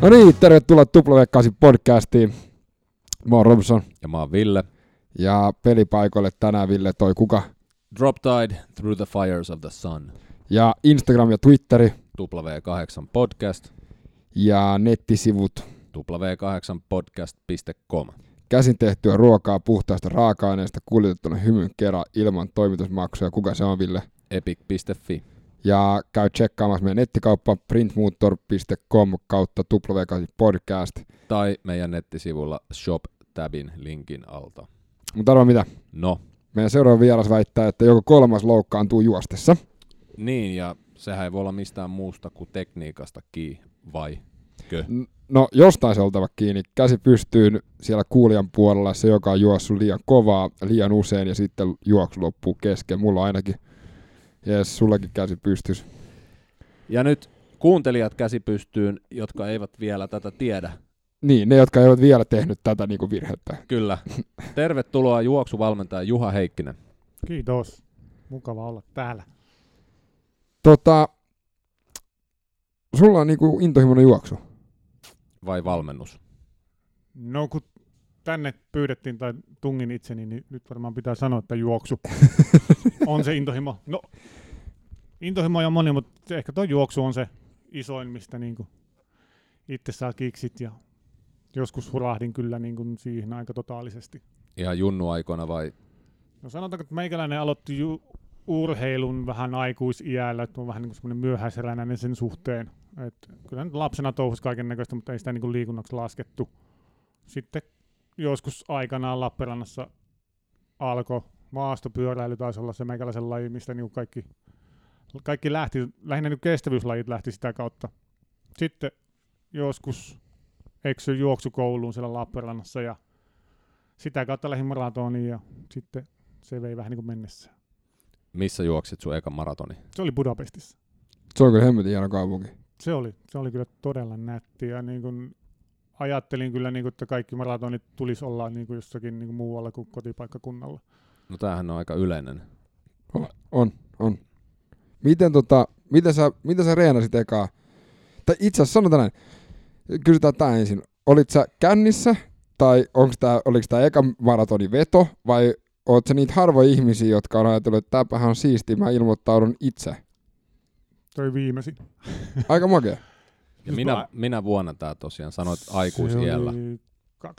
No niin, tervetuloa W8 podcastiin. Mä oon Robson. Ja mä oon Ville. Ja pelipaikoille tänään Ville toi kuka? Drop Tide Through the Fires of the Sun. Ja Instagram ja Twitteri. W8 Podcast. Ja nettisivut. W8podcast.com. Käsin tehtyä ruokaa puhtaasta raaka-aineesta kuljetettuna hymyn kerran ilman toimitusmaksuja. Kuka se on, Ville? Epic.fi. Ja käy tsekkaamassa meidän nettikauppa printmotor.com kautta W8 podcast. Tai meidän nettisivulla shop-tabin linkin alta. Mutta arvaa mitä? No. Meidän seuraava vieras väittää, että joku kolmas loukkaantuu juostessa. Niin, ja sehän ei voi olla mistään muusta kuin tekniikasta kiinni, vai? No jostain se oltava kiinni. Käsi pystyyn siellä kuulijan puolella, se joka on juossut liian kovaa, liian usein ja sitten juoksu loppuu kesken. Mulla ainakin. Jees, sullakin käsi pystys. Ja nyt kuuntelijat käsi pystyyn, jotka eivät vielä tätä tiedä. Niin, ne jotka eivät vielä tehnyt tätä niin kuin virhettä. Kyllä. Tervetuloa juoksuvalmentaja Juha Heikkinen. Kiitos. Mukava olla täällä. Sulla on niinku intohimoinen juoksu. Vai valmennus? No kun tänne pyydettiin tai tungin itseni, niin nyt varmaan pitää sanoa, että juoksu on se intohimo. No, intohimo on moni, mutta ehkä tuo juoksu on se isoin, mistä niinku itse saa kiksit ja joskus hurahdin kyllä niinku siihen aika totaalisesti. Ihan junnu-aikoina vai? No sanotaanko, että meikäläinen aloitti urheilun vähän aikuisiällä, että on vähän niin kuin semmoinen myöhäiseräinen sen suhteen. Että kyllä nyt lapsena touhusi kaiken näköistä, mutta ei sitä niin kuin liikunnaksi laskettu. Sitten joskus aikanaan Lappeenrannassa alkoi maastopyöräily, taisi olla se meikäläisen laji, mistä niin kuin kaikki lähti, lähinnä niin kestävyyslajit lähti sitä kautta. Sitten joskus eksyin juoksukouluun siellä Lappeenrannassa ja sitä kautta lähdin maratoniin ja sitten se vei vähän niin kuin mennessään. Missä juoksit sun ekan maratoni? Se oli Budapestissa. Se on kyllä hemmetin hieno kaupunki. Se oli kyllä todella nätti ja niin kuin ajattelin kyllä, niin kuin, että kaikki maratonit tulisi olla niin kuin jossakin niin kuin muualla kuin kotipaikkakunnalla. No tämähän on aika yleinen. On. Miten sä reenasit ekaa? Tai itse asiassa sanotaan näin. Kysytään tää ensin. Olit sä kännissä tai oliko tää eka maratonin veto vai oot sä niitä harvoja ihmisiä, jotka on ajatellut, että tämäpähän on siistiä, mä ilmoittaudun itse? Toi viimeisin. Aika makea. Ja minä vuonna tää tosiaan sanoit aikuisiällä? Se oli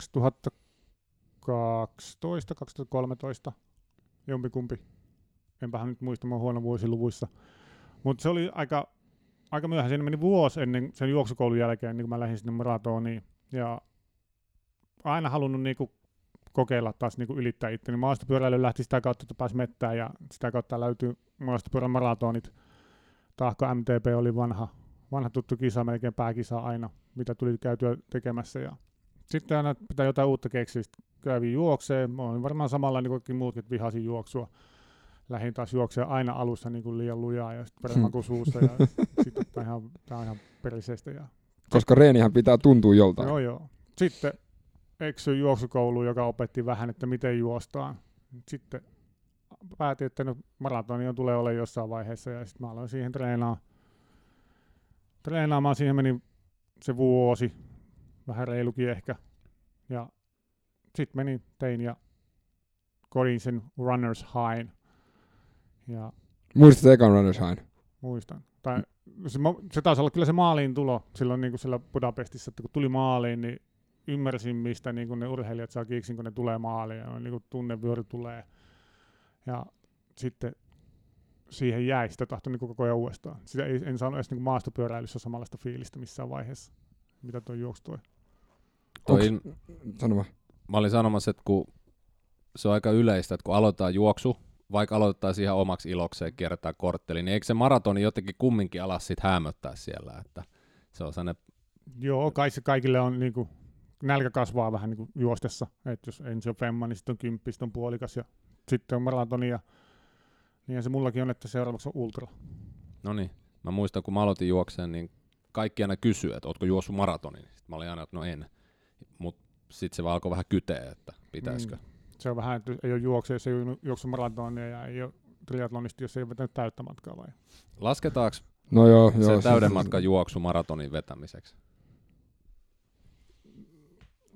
2012, 2013, jompikumpi. Enpähän nyt muista, mä oon huono vuosiluvuissa. Mutta se oli aika myöhään. Siinä meni vuosi ennen sen juoksukoulun jälkeen, niin kun mä lähdin sinne maratoniin. Ja aina halunnut niinku kokeilla taas niinku ylittää itteni. Maastopyöräily lähti sitä kautta, että pääsi mettään ja sitä kautta löytyi maastopyörän maratonit. Tahko MTP oli vanha tuttu kisa, melkein pääkisa aina, mitä tuli käytyä tekemässä. Ja sitten aina pitää jotain uutta keksiä, kävin juokseen. Mä olin varmaan samalla niin kuin muutkin, että vihasin juoksua. Lähdin taas juokseen aina alussa niin kuin liian lujaa ja sitten peremaku suusta. Ja sitten tää on ihan periseistä. Koska reenihän pitää tuntua joltain. Joo. Sitten eksyin juoksukouluun, joka opetti vähän, että miten juostaan. Sitten päätin, että no, maratoni tulee olemaan jossain vaiheessa ja sitten mä aloin siihen treenaamaan. Siihen meni se vuosi, vähän reilukin ehkä. Ja sitten tein ja kodin sen Runners Highin. Ja muistatko ekan Runners Highin? Muistan. Se taisi olla kyllä se maaliin tulo silloin niin kuin siellä Budapestissa, että kun tuli maaliin, niin ymmärsin, mistä niin kuin ne urheilijat saa kiiksin, kun ne tulee maaliin ja niin kuin tunnevyöry tulee. Ja sitten siihen jäi, sitä tahtoi niin koko ajan uudestaan. Sitä en saanut edes niin maastopyöräilyssä samanlaista fiilistä missään vaiheessa, mitä tuo juoksu toi. Sano vaan. Mä olin sanomassa, että kun se on aika yleistä, että kun aloitetaan juoksu, vaikka aloitetaan siihen omaksi ilokseen kierretään kortteli, niin eikö se maratoni jotenkin kumminkin alas sit hämöttää siellä, että se on sellainen. Joo, kai se kaikille on niin kuin, nälkä kasvaa vähän niin kuin juostessa, että jos ensin on femma, niin sitten on 10, sitten on puolikas ja sitten on maratoni ja niin se mullakin on, että seuraavaksi on ultra. No niin, mä muistan kun mä aloitin juokseen, niin kaikki aina kysyy, että ootko juossut maratonin. Sitten mä olin aina, että no en, mutta sitten se vaan alkoi vähän kyteä, että pitäisikö. Se on vähän, että ei ole juoksu, jos ei ole juoksu maratonia ja ei ole triatlonisti, jos ei ole vetänyt täyttä matkaa vai? Lasketaanko No joo, se täyden matkan juoksu maratonin vetämiseksi?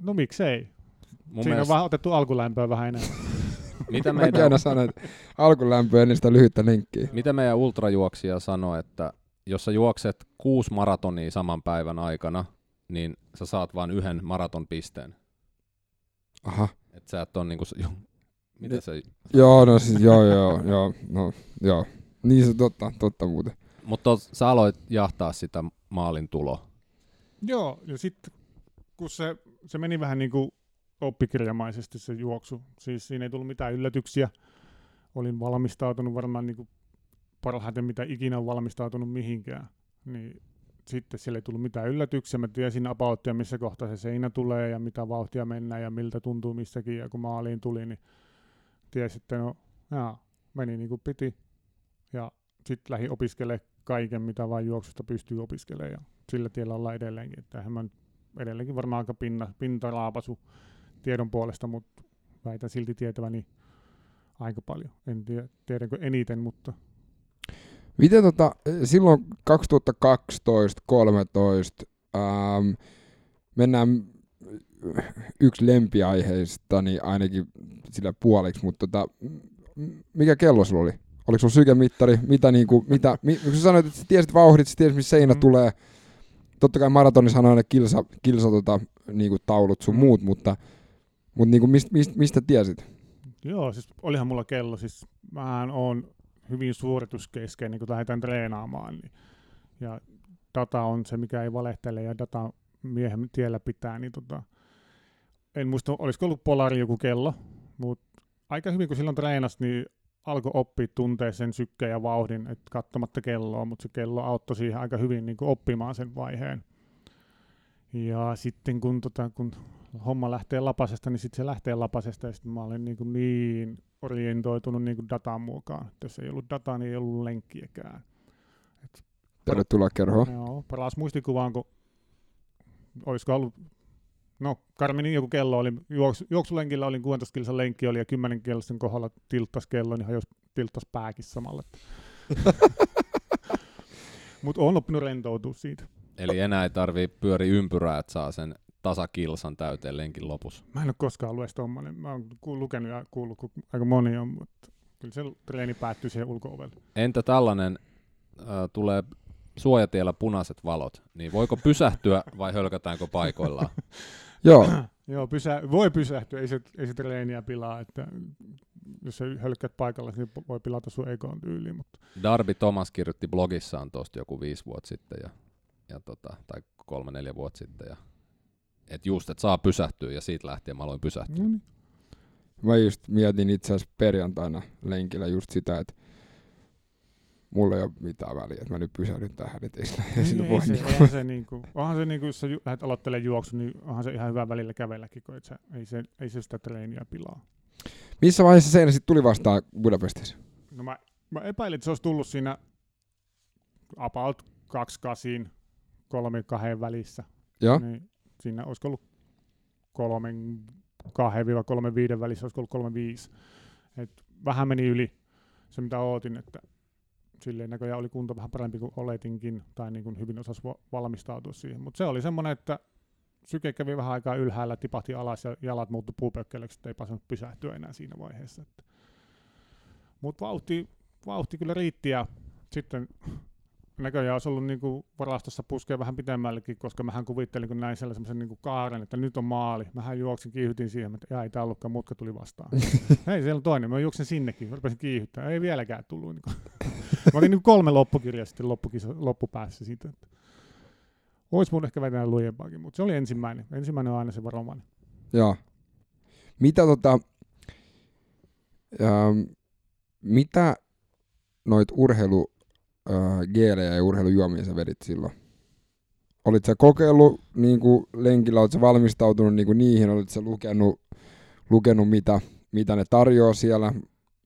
No miksei? Mun Siinä on mielestä, vaan otettu alkulämpöä vähän enemmän. mitä Mäkin meidän, aina sanon, että alkulämpöä ennen sitä lyhyttä lenkkiä. mitä meidän ultrajuoksija sanoi, että jos sä juokset 6 maratonia saman päivän aikana, niin sä saat vain 1 maratonpisteen. Aha. Et sä et ole niinku, mitä se... Joo, no siis joo. Niin se totta muuten. Mutta sä aloit jahtaa sitä maalin tuloa. Joo, ja sitten kun se meni vähän niin kuin oppikirjamaisesti se juoksu, siis siinä ei tullut mitään yllätyksiä. Olin valmistautunut varmaan niin kuin parhaiten mitä ikinä on valmistautunut mihinkään. Niin sitten siellä ei tullut mitään yllätyksiä. Mä tiesin apauttia, missä kohtaa se seinä tulee ja mitä vauhtia mennään ja miltä tuntuu missäkin. Ja kun maaliin tuli, niin tiesin, että meni niin kuin piti. Ja sitten lähdin opiskelemaan kaiken, mitä vain juoksusta pystyy opiskelemaan. Ja sillä tiellä ollaan edelleenkin. Että mä edelleenkin varmaan aika pintaraapasu tiedon puolesta, mutta väitän silti tietäväni aika paljon. En tiedä, tiedänkö eniten, mutta... Miten silloin 2012-2013 mennään yksi lempiaiheistani ainakin sillä puoliksi, mutta mikä kello sulla oli? Oliko sulla sykemittari? Kun sä sanoit, että sä tiesit vauhdit, sä tiesit, missä seinä tulee. Totta kai maratonissa on aina kilsa niinku taulut sun muut, mutta niinku mistä tiesit? Joo, siis olihan mulla kello. Siis mähän on hyvin suorituskeskeinen, kun lähdetään treenaamaan. Niin, ja data on se, mikä ei valehtele, ja data miehen tiellä pitää. Niin en muista, olisiko ollut Polari joku kello, mutta aika hyvin, kun silloin treenasi, niin alkoi oppia tuntee sen sykkeen ja vauhdin, että katsomatta kelloa, mutta se kello auttoi siihen aika hyvin niin kuin oppimaan sen vaiheen. Ja sitten kun homma lähtee lapasesta, niin sitten se lähtee lapasesta, ja sitten mä olen niin orientoitunut niin kuin datan mukaan. Et jos ei ollut dataa, niin ei ollut lenkkiäkään. Tervetuloa kerhoon. Joo, paras muistikuva on, kun olisiko ollut, Karminin joku kello oli, juoksulenkillä oli 16 kilsan lenkki oli, ja 10 kilsan kohdalla tilttas kello, niin tilttas pääkin samalla. Mutta olen oppinut rentoutua siitä. Eli enää ei tarvii pyöri ympyrää, että saa sen tasakilsan täyteen lenkin lopussa. Mä en ole koskaan ollut edes tommonen. Mä oon lukenut ja kuullut, kun aika moni on, mutta kyllä se treeni päättyy siihen ulko-ovelle. Entä tällainen, tulee suojatiellä punaiset valot, niin voiko pysähtyä vai hölkätäänkö paikoillaan? Joo. Joo, voi pysähtyä, ei se treeniä pilaa, että jos sä hölkkäät paikalla, niin voi pilata sun egon tyyliin. Mutta... Darby Thomas kirjoitti blogissaan tuosta joku 5 vuotta sitten, tai 3-4 vuotta sitten, että saa pysähtyä, ja siitä lähtien mä aloin pysähtyä. Mm. Mä just mietin itse asiassa perjantaina lenkillä just sitä, että mulla ei ole mitään väliä, että mä nyt pysähdyn tähän, että ei sitä voi. Onhan se jos sä lähdet aloittelemaan juoksun, niin onhan se ihan hyvä välillä kävelläkin, kun ei se sitä treeniä pilaa. Missä vaiheessa seinä sitten tuli vastaan Budapestissa? No mä epäilin, että se olisi tullut siinä about 2.8, 3.2 välissä. Joo. Niin siinä olisiko ollut 3.2-3.5 välissä, olisiko ollut 3.5. Et vähän meni yli se, mitä ootin, että silleen näköjään oli kunto vähän parempi kuin oletinkin, tai niin kuin hyvin osasi valmistautua siihen. Mutta se oli semmoinen, että syke kävi vähän aikaa ylhäällä, tipahti alas ja jalat muuttui puupökkeleiksi, että ei päässyt pysähtyä enää siinä vaiheessa. Mutta vauhti kyllä riitti, ja sitten näköjään olisi ollut niinku varastossa puskea vähän pitemmällekin, koska mähän kuvittelin, kun näin semmoisen niinku kaaren, että nyt on maali. Mähän juoksin, kiihytin siihen, että ei tää ollutkaan, mutka tuli vastaan. Hei, siellä on toinen. Mä juoksin sinnekin, mä rupesin kiihyttää. Ei vieläkään tullut. Niinku. Mä olin niinku 3 loppukirjaa sitten loppupäässä siitä. Että ois mun ehkä vetänyt lujempaakin, mutta se oli ensimmäinen. Ensimmäinen on aina se varovainen. Joo. Mitä noit geelejä ja urheilujuomia sä vedit silloin? Olit sä kokeillut niinku lenkillä, olit sä valmistautunut niinku niihin, olit sä lukenut mitä ne tarjoaa siellä?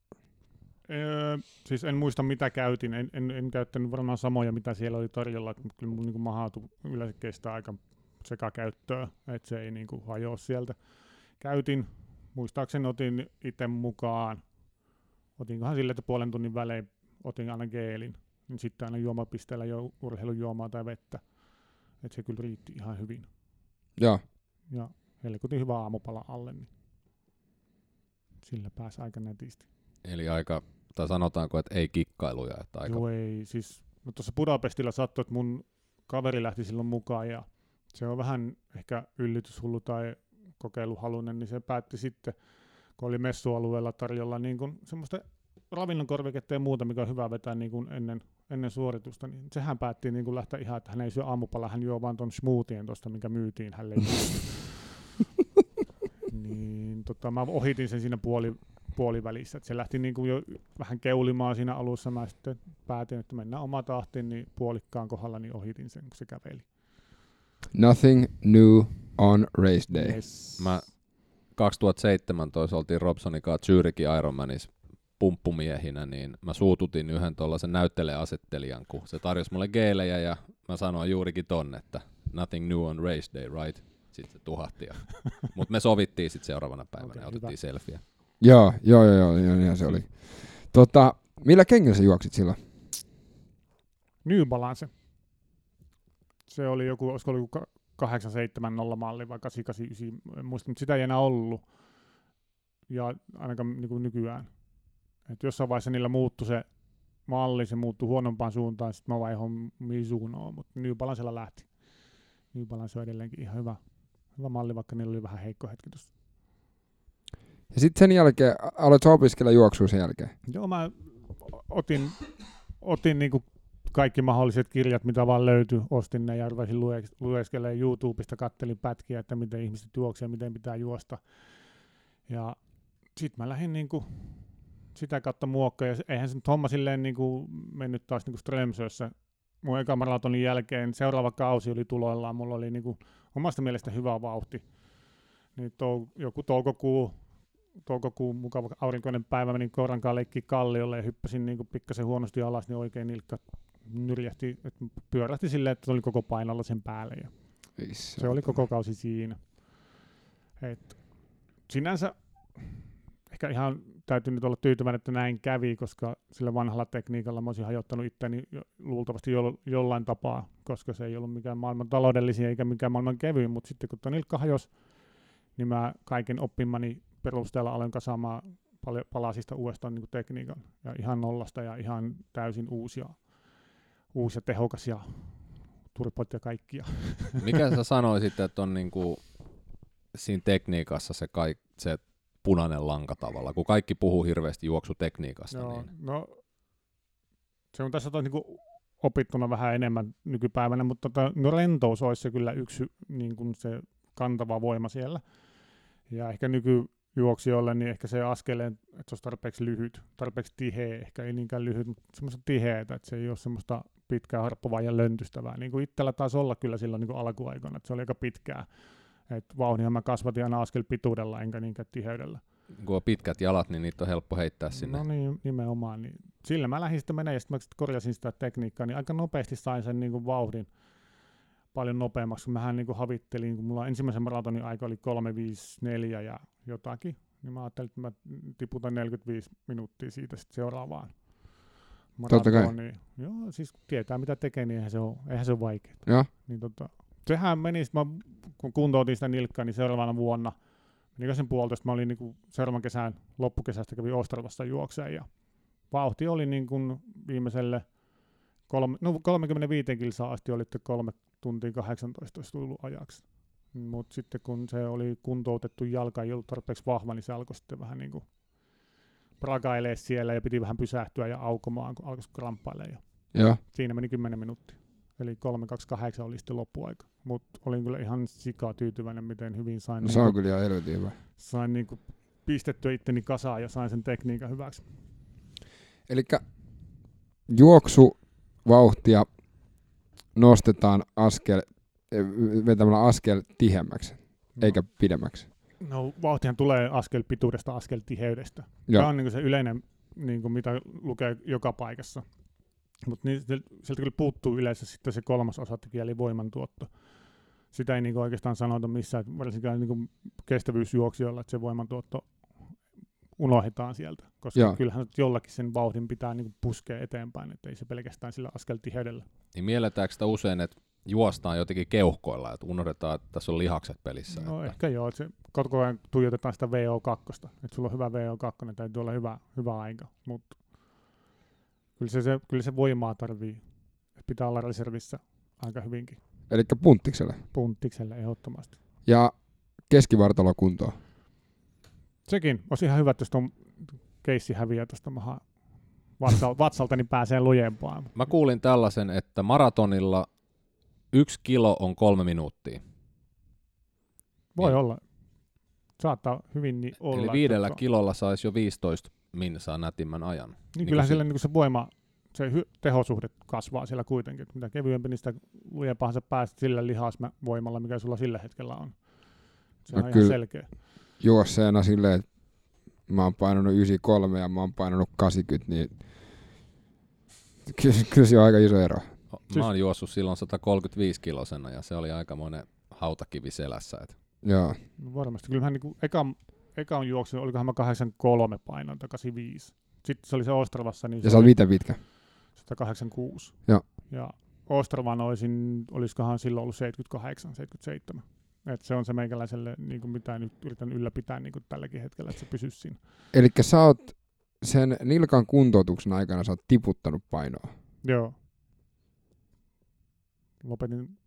Siis en muista mitä käytin, en käyttänyt varmaan samoja mitä siellä oli tarjolla, mutta kyllä mun niinku mahaatu yleensä kestää aika sekakäyttöä, että se ei niinku hajoa sieltä. Käytin, muistaakseni otin itse mukaan, otinkohan sille, että 0,5 tunnin välein otin aina geelin. Niin sitten aina juomapisteellä jo urheilujuomaa tai vettä. Että se kyllä riitti ihan hyvin. Joo. Ja helkutin hyvä aamupala alle, niin sillä pääsi aika netisti. Eli aika, tai sanotaanko, että ei kikkailuja. Että aika... Joo, ei. Siis, no tuossa Budapestilla sattui, että mun kaveri lähti silloin mukaan ja se on vähän ehkä yllytyshullu tai kokeiluhaluinen, niin se päätti sitten, kun oli messualueella tarjolla niin kuin semmoista ravinnonkorviketta ja muuta, mikä on hyvä vetää niin kuin ennen suoritusta, niin sehän päätti niin kuin lähteä ihan, että hän ei syö aamupalaa, hän juo vaan ton smoothien tuosta, minkä myytiin hänelle. Niin mä ohitin sen siinä puolivälissä, että se lähti niin kuin jo vähän keulimaan siinä alussa, mä sitten päätin, että mennään oma tahtiin, niin puolikkaan kohdalla niin ohitin sen, kun se käveli. Nothing new on race day. Yes. Mä 2017 oltiin Robsonin kanssa Zürichin Ironmanissa pumppumiehinä, niin mä suututin yhden tuollaisen näyttelijäasettelijan, kun se tarjosi mulle geelejä ja mä sanoin juurikin tonne, että nothing new on race day, right? Sitten se tuhahti. Mutta me sovittiin sitten seuraavana päivänä ja otettiin selfieä. Joo, se oli. Millä kengillä sä juoksit silloin? New Balance. Se oli joku, olisiko ollut 870 malli vai 889, en muista, mutta sitä ei enää ollut. Ja ainakaan niin kuin nykyään. Et jossain vaiheessa niillä muuttui se malli, se muuttui huonompaan suuntaan, sitten mä vaihoin Mizunoon, mutta New Balancella lähti. New Balance on edelleenkin ihan hyvä malli, vaikka niillä oli vähän heikko hetki tuossa. Ja sitten sen jälkeen, aloitko opiskella juoksua sen jälkeen? Joo, mä otin niinku kaikki mahdolliset kirjat, mitä vaan löytyi, ostin ne ja rupesin lueskelemaan YouTubesta, kattelin pätkiä, että miten ihmiset juoksee, miten pitää juosta. Ja sitten mä lähdin niinku sitä kautta muokkaan, ja eihän se nyt homma silleen niinku mennyt taas niinku Strömsössä. Mun eka maratonin jälkeen seuraava kausi oli tuloillaan, mulla oli niinku omasta mielestä hyvä vauhti. Niin joku toukokuun mukava aurinkoinen päivä, menin koirankaan leikkiin kalliolle ja hyppäsin niinku pikkasen huonosti alas, niin oikein nilkka nyrjähti, että pyörähti silleen, että oli koko painolla sen päälle. Ja se oli koko kausi siinä. Et sinänsä ehkä ihan täytyy nyt olla tyytyväinen, että näin kävi, koska sillä vanhalla tekniikalla mä olisin hajottanut itseäni luultavasti jollain tapaa, koska se ei ollut mikään maailman taloudellisia eikä mikään maailman kevyin, mutta sitten kun tuo nilkka hajosi, niin mä kaiken oppimani perusteella aloin kasaamaan palasista uudestaan niin kuin tekniikan ja ihan nollasta ja ihan täysin uusi ja tehokas ja turpot ja kaikkia. Mikä sä sanoisit, että on niinku siinä tekniikassa se punainen lanka tavalla, kun kaikki puhuu hirveästi juoksutekniikasta? Joo, niin. no se on tässä niinku opittuna vähän enemmän nykypäivänä, mutta rentous olisi se kyllä yksi niin kuin se kantava voima siellä. Ja ehkä nykyjuoksijoille niin ehkä se askeleen, että se olisi tarpeeksi lyhyt, tarpeeksi tiheä, ehkä ei niinkään lyhyt, mutta semmoista tiheätä, että se ei ole semmoista pitkää harppuvaa ja löntystävää. Niin kuin itsellä taisi olla kyllä silloin niin kuin alkuaikoina, että se oli aika pitkää. Että vauhdinhan mä kasvatin aina askel pituudella enkä niinkään tiheydellä. Kun on pitkät jalat, niin niitä on helppo heittää sinne. No niin, nimenomaan. Niin sillä mä lähdin sitten menemään ja sitten mä korjasin sitä tekniikkaa, niin aika nopeasti sain sen niin kuin vauhdin paljon nopeammaksi, kun mähän niin kuin havittelin, kun mulla ensimmäisen maratonin aika oli 3:54 ja jotakin, niin mä ajattelin, että mä tiputan 45 minuuttia siitä sitten seuraavaan maratoniin. Joo, siis kun tietää mitä tekee, niin eihän se ole vaikeaa. Niin sehän meni, kun kuntoutin sitä nilkkaa, niin seuraavana vuonna, menikö sen puolitoista, mä olin niin kuin seuraavan kesän loppukesästä kävin Ostravassa juokseen ja vauhti oli niin kuin viimeiselle 35 kilsaa asti oli 3 tuntia 18 olisi tullut ajaksi. Mutta sitten kun se oli kuntoutettu jalka, ei ollut tarpeeksi vahva, niin se alkoi sitten vähän niin kuin prakailee siellä ja piti vähän pysähtyä ja aukomaan, kun alkoi kramppailemaan. Ja siinä meni 10 minuuttia. Eli 3:28 oli sitten loppuaika. Mutta olin kyllä ihan sika tyytyväinen, miten hyvin sain. No, se on kyllä ihan helvetin hyvä. Sain niin kuin pistettyä itteni kasaan ja sain sen tekniikan hyväksi. Elikkä juoksuvauhtia nostetaan vetämällä askel tihemmäksi, eikä pidemmäksi. No vauhtihan tulee askel pituudesta, askel tiheydestä. Joo. Tämä on niin se yleinen, niin kuin mitä lukee joka paikassa. Mutta niin, sieltä kyllä puuttuu yleensä sitten se kolmas osatekijä, eli voimantuotto. Sitä ei niin oikeastaan sanota missään, varsinkaan niin kestävyysjuoksijoilla, että se voimantuotto unohdetaan sieltä. Koska kyllähän jollakin sen vauhdin pitää niin puskea eteenpäin, että ei se pelkästään sillä askeltiheydellä. Niin mielletäänkö sitä usein, että juostaan jotenkin keuhkoilla, että unohdetaan, että tässä on lihakset pelissä. No että ehkä joo, että se koko ajan tuijotetaan sitä VO2, että sulla on hyvä VO2, täytyy olla hyvä aika, mutta kyllä se voimaa tarvii, pitää olla reservissä aika hyvinkin, Elikkä punttikselle. punttikselle ehdottomasti. Ja keskivartalokuntoa. Sekin olisi ihan hyvä, että jos tuon keissi häviää tuosta vatsalta, niin pääsee lujempaan. Mä kuulin tällaisen, että maratonilla 1 kilo on 3 minuuttia. Voi Niin. olla. Saattaa hyvin niin olla. Eli 5 kilolla saisi jo 15 minsaa nätimmän ajan. Niin kyllähän siellä niin se voima, se tehosuhde kasvaa siellä kuitenkin. Että mitä kevyempi, niin sitä lujempaan sä pääset sillä lihasvoimalla, mikä sulla sillä hetkellä on. Se on ihan selkeä. Juosseena silleen, että mä oon painanut 93 ja mä oon painanut 80, niin kyllä se on aika iso ero. Mä oon juossut silloin 135 kilosena ja se oli aikamoinen hautakivi selässä. Joo. No varmasti. Kyllähän niin eka on juoksunut, olikohan mä 83 painoin tai 85. Sitten se oli se Ostravassa. Niin Ja sä oot miten pitkä? 186. Joo. Ja Ostravan olisikohan silloin ollut 78, 77. Et se on se meikäläiselle, niin kuin mitä nyt yritän ylläpitää niin kuin tälläkin hetkellä, että se pysyisi siinä. Elikkä sä oot sen nilkan kuntoutuksen aikana sä oot tiputtanut painoa. Joo. Lopetin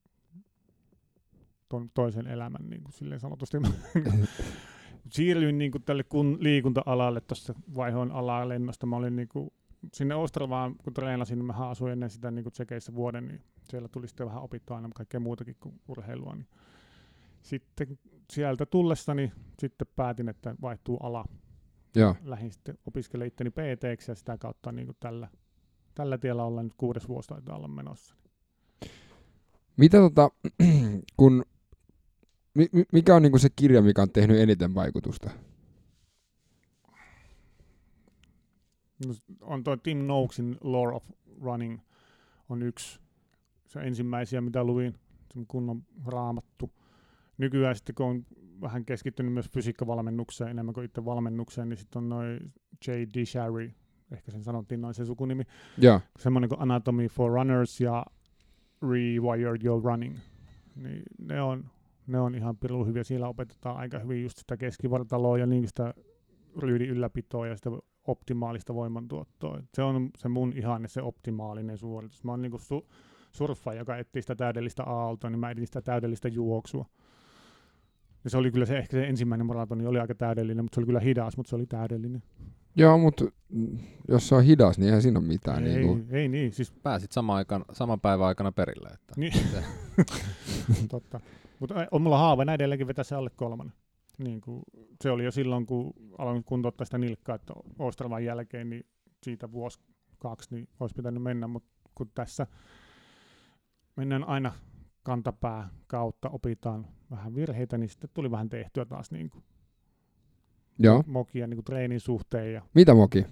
toisen elämän niin kuin silleen sanotusti. Siirryin niin kuin tälle liikunta-alalle, tuossa vaihoin alaa lennosta. Mä olin niin kuin sinne Ostravaan, kun treenasin, niin mä asuin ennen sitä niin kuin Tsekeissä vuoden, niin siellä tuli sitten vähän opittua aina kaikkea muutakin kuin urheilua. Niin sitten sieltä tullessani sitten päätin, että vaihtuu ala. Joo. Lähdin sitten opiskelemaan itteni PT-ksi ja sitä kautta niin kuin tällä tiellä ollaan nyt 6 vuosi taitaa olla menossa. Mitä mikä on niinku se kirja, mikä on tehnyt eniten vaikutusta? No, on tuo Tim Noakesin Law of Running on yksi se ensimmäisiä, mitä luin, se kunnon raamattu. Nykyään sitten, kun on vähän keskittynyt myös fysiikkavalmennukseen enemmän kuin itse valmennukseen, niin sitten on noin J. D. Sherry, ehkä sen sanottiin noin se sukunimi, Joo. semmoinen kuin Anatomy for Runners ja Rewired Your Running. Niin ne on ihan pirun hyviä. Siellä opetetaan aika hyvin just sitä keskivartaloa ja niin sitä ryydin ylläpitoa ja sitä optimaalista voimantuottoa. Se on se mun ihanne, se optimaalinen suoritus. Mä oon niinku surffaaja, joka etsii sitä täydellistä aaltoa, niin mä etsin sitä täydellistä juoksua. Ja se oli kyllä ehkä se ensimmäinen maratoni, oli aika täydellinen, mutta se oli kyllä hidas, mutta se oli täydellinen. Joo, mutta jos se on hidas, niin eihän siinä ole mitään. Ei niin. Siis Pääsit saman päivän aikana perille. Että niin. Totta. Mutta on mulla haaveena edelleenkin vetää se alle 3. Niin kuin, se oli jo silloin, kun aloin kuntouttaa sitä nilkkaa, että Ostravan jälkeen, niin siitä vuosi 2, niin olisi pitänyt mennä, mutta kun tässä mennään aina kantapää kautta, opitaan vähän virheitä, niin sitten tuli vähän tehtyä taas niin kuin Joo. mokia niin kuin treenin suhteen. Ja Mitä moki?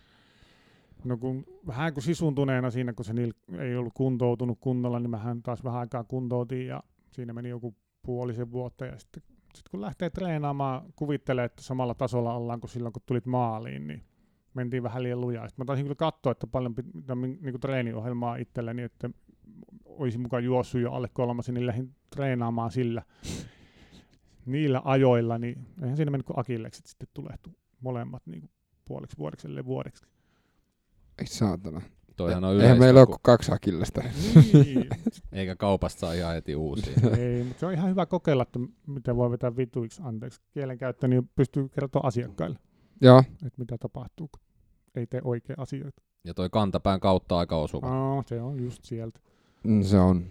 no vähän kun sisuntuneena siinä, kun se ei ollut kuntoutunut kunnolla, niin mähän taas vähän aikaa kuntoutin ja siinä meni joku puolisen vuotta ja sitten kun lähtee treenaamaan, kuvittelee, että samalla tasolla ollaan kuin silloin, kun tulit maaliin, niin mentiin vähän liian lujaa. Sitten mä taisin kyllä katsoa, että paljon niin treeniohjelmaa itselleni, että olisi mukaan juossut jo alle 3, niin lähdin treenaamaan niillä ajoilla, niin eihän siinä mennyt kuin akillekset sitten tulehtui molemmat niin puoleksi vuodeksi, ellei vuodeksi. Ei saatana. toihan on Eihän yleistä, meillä ole kuin 2 akillesta. Niin. eikä kaupasta saa ihan heti uusia. Ei, mutta se on ihan hyvä kokeilla, että miten voi vetää vituiksi, anteeksi kielenkäyttö, niin pystyy kertoa asiakkaille, Joo. että mitä tapahtuu, kun ei tee oikein asioita. Ja toi kantapään kautta aika osuva. Se on just sieltä. Se on.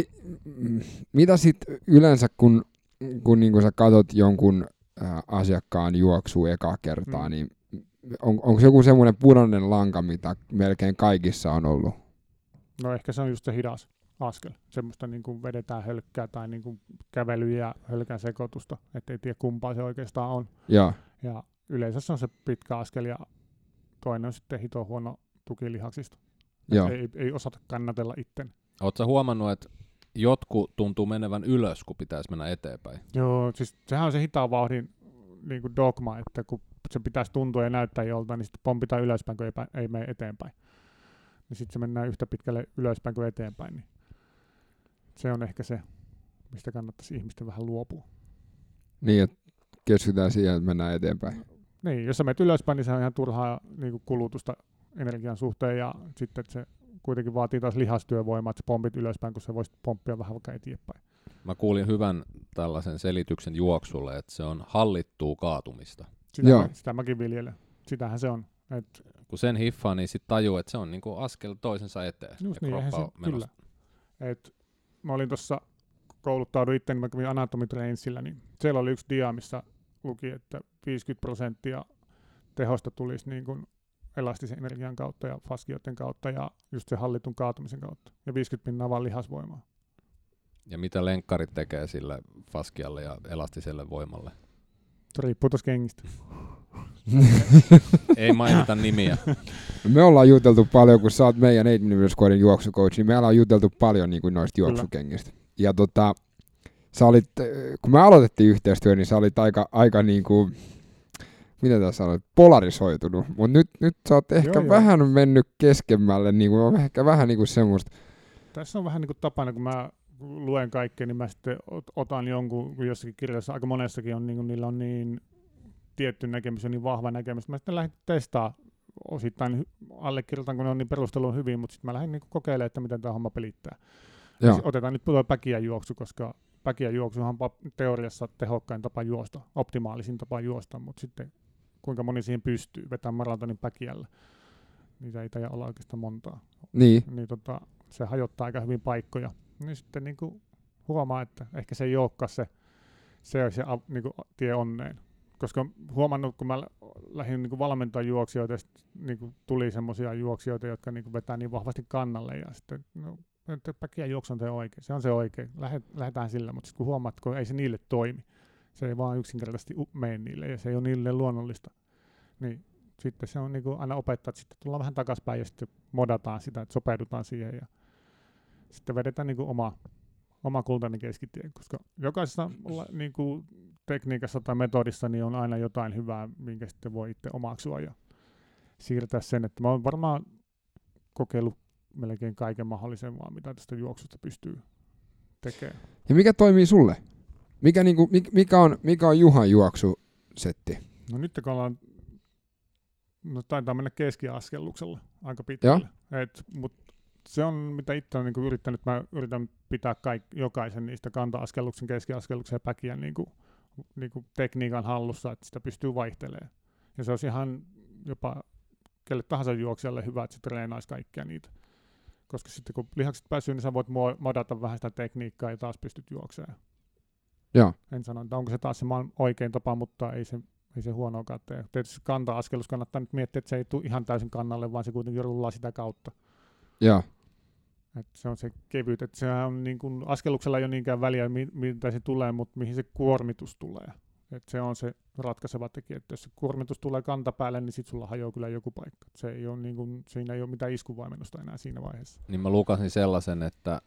Mitä sitten yleensä, kun niin sä katot jonkun asiakkaan juoksua ekaa kertaa, niin onko se joku semmoinen punainen lanka, mitä melkein kaikissa on ollut? No ehkä se on just se hidas askel. Semmoista niin kuin vedetään hölkkää tai niin kuin kävelyä ja hölkän sekoitusta, ettei tiedä kumpaa se oikeastaan on. Joo. Ja yleensä se on se pitkä askel ja toinen on sitten hito huono tukilihaksista. Ei osata kannatella itten. Ootko sä huomannut, että jotkut tuntuu menevän ylös, kun pitäisi mennä eteenpäin? Joo, siis sehän on se hitaan vauhdin niin kuin dogma, että kun se pitäisi tuntua ja näyttää joltain, niin sitten pompitaan ylöspäin, kun ei mene eteenpäin. Niin sitten se mennään yhtä pitkälle ylöspäin kuin eteenpäin. Niin se on ehkä se, mistä kannattaisi ihmisten vähän luopua. Niin, että keskitytään siihen, että mennään eteenpäin. Niin, jos sä menet ylöspäin, niin se on ihan turhaa niin kulutusta energian suhteen, ja sitten että se kuitenkin vaatii taas lihastyövoimaa, että sä pompit ylöspäin, kun sä voisit pomppia vähän vaikka eteenpäin. Mä kuulin hyvän tällaisen selityksen juoksulle, että se on hallittua kaatumista. Sitä mäkin viljelen. Sitähän se on. Kun sen hiffaa, niin sitten tajuu, että se on niinku askel toisensa eteen. Just niin, eihän se, kyllä. Mä olin tuossa, kouluttauduin itse, niin mä kävin anatomitrainsillä, niin siellä oli yksi dia, missä luki, että 50% tehosta tulisi niin kuin elastisen energian kautta ja faskioiden kautta ja just se hallitun kaatumisen kautta. Ja 50% vaan lihasvoimaa. Ja mitä lenkkarit tekee sille faskialle ja elastiselle voimalle? Riippuu tuossa kengistä. Ei mainita nimiä. Me ollaan juteltu paljon, kun sä oot meidän 8mm Squadin juoksucoach, niin me ollaan juteltu paljon niin kuin noista juoksukengistä. Ja sä olit, kun me aloitettiin yhteistyö, niin sä olit aika niin kuin, mitä tässä sanoit, polarisoitunut. Mutta nyt sä oot ehkä vähän mennyt keskemmälle, niin kuin, ehkä vähän niin kuin semmoista. Tässä on vähän niin kuin tapana, kun mä luen kaikkea, niin mä sitten otan jonkun, kun jossakin kirjassa, aika monessakin on, niin niillä on niin tietty näkemys ja niin vahva näkemys. Mä sitten lähdin testaamaan osittain, allekirjoitan, kun ne on niin perustelun hyvin, mutta sitten mä lähdin niin kokeilemaan, että miten tämä homma pelittää. Otetaan nyt tuo päkiä juoksu, koska päkiä juoksuhan on teoriassa tehokkain tapa juosta, optimaalisin tapa juosta, mutta sitten kuinka moni siihen pystyy vetää maratonin päkiällä. Niitä ei taida olla oikeastaan montaa. Niin se hajottaa aika hyvin paikkoja. Niin sitten niin kuin huomaa, että ehkä se ei olekaan se niin kuin tie onneen. Koska huomannut, kun mä lähdin niin kuin valmentaa juoksijoita, niin kuin tuli semmoisia juoksijoita, jotka niin kuin vetää niin vahvasti kannalle. Ja sitten päkiä juoksu on se oikein. Se on se oikein. Lähdetään sillä, mutta sitten kun huomaat, että ei se niille toimi, se ei vaan yksinkertaisesti mene niille ja se ei ole niille luonnollista, niin sitten se on niin kuin aina opettaa, että sitten tullaan vähän takaspäin ja sitten modataan sitä, että sopeudutaan siihen ja sitten vedetään niin kuin oma kultainen keskitie, koska jokaisessa niin kuin tekniikassa tai metodissa niin on aina jotain hyvää, minkä sitten voi itse omaksua ja siirtää sen, että mä oon varmaan kokeillut melkein kaiken mahdollisen vaan, mitä tästä juoksusta pystyy tekemään. Ja mikä toimii sulle? Mikä on Juhan juoksusetti? No nyt kun taitaa mennä keskiaskelluksella aika pitkälle. Mutta se on, mitä itse olen niin yrittänyt. Mä yritän pitää jokaisen niistä kanta-askelluksen, keskiaskelluksen ja päkiän niin kuin tekniikan hallussa, että sitä pystyy vaihtelemaan. Ja se olisi ihan jopa kelle tahansa juoksijalle hyvä, että se treenaisi kaikkia niitä. Koska sitten kun lihakset pääsyy, niin sä voit modata vähän sitä tekniikkaa ja taas pystyt juoksemaan. Joo. En sano, että onko se taas se oikein tapa, mutta ei se huonoakaan tee. Tietysti kanta-askellus kannattaa nyt miettiä, että se ei tule ihan täysin kannalle, vaan se kuitenkin rullaa sitä kautta. Joo. Että se on se kevyt, että se on niin kuin, askelluksella ei ole niinkään väliä, mitä se tulee, mutta mihin se kuormitus tulee. Että se on se ratkaiseva tekijä, että jos se kuormitus tulee kantapäälle, niin sitten sulla hajoaa kyllä joku paikka. Se ei ole niin kuin, siinä ei ole mitään iskuvaimennusta enää siinä vaiheessa. Niin mä lukasin sellaisen, että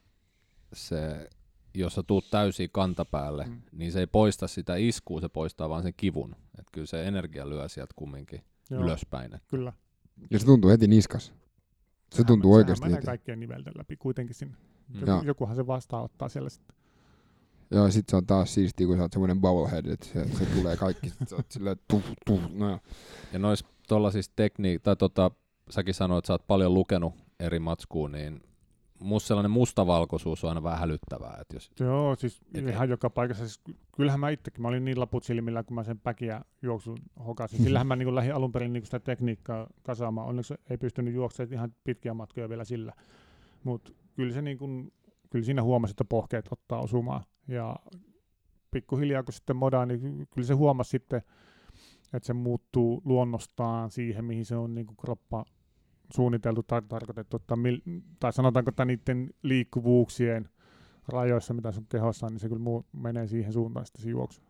jos sä tuut täysin kantapäälle, niin se ei poista sitä iskua, se poistaa vaan sen kivun. Että kyllä se energia lyö sieltä kumminkin ylöspäin. Kyllä. Ja se tuntuu heti niskas. Se tuntuu oikeasti heti. Sehän menee kaikkien nivelten läpi kuitenkin sinne. Jokuhan se vastaanottaa siellä sitten. Joo, ja sit se on taas siistiä, kun sä oot semmoinen bubblehead, että se tulee kaikki, sä oot silleen no. Ja noissa tollasissa säkin sanoit, että sä oot paljon lukenut eri matskuun, niin musta sellainen mustavalkoisuus on aina vähän hälyttävää. Että jos joo, siis ihan joka paikassa. Siis, kyllähän mä itsekin, mä olin niin laput silmillä, kun mä sen päkiä juoksun hokasin. Sillähän mä niin lähdin alun perin niin sitä tekniikkaa kasaamaan. Onneksi ei pystynyt juoksemaan ihan pitkiä matkoja vielä sillä. Mutta kyllä siinä huomasi, että pohkeet ottaa osumaan. Ja pikkuhiljaa, kun sitten modaan, niin kyllä se huomasi sitten, että se muuttuu luonnostaan siihen, mihin se on niin kuin kroppa suunniteltu tai tarkoitettu, tai sanotaanko, että niiden liikkuvuuksien rajoissa, mitä sun kehossa on, niin se kyllä menee siihen suuntaan sitten se juoksu.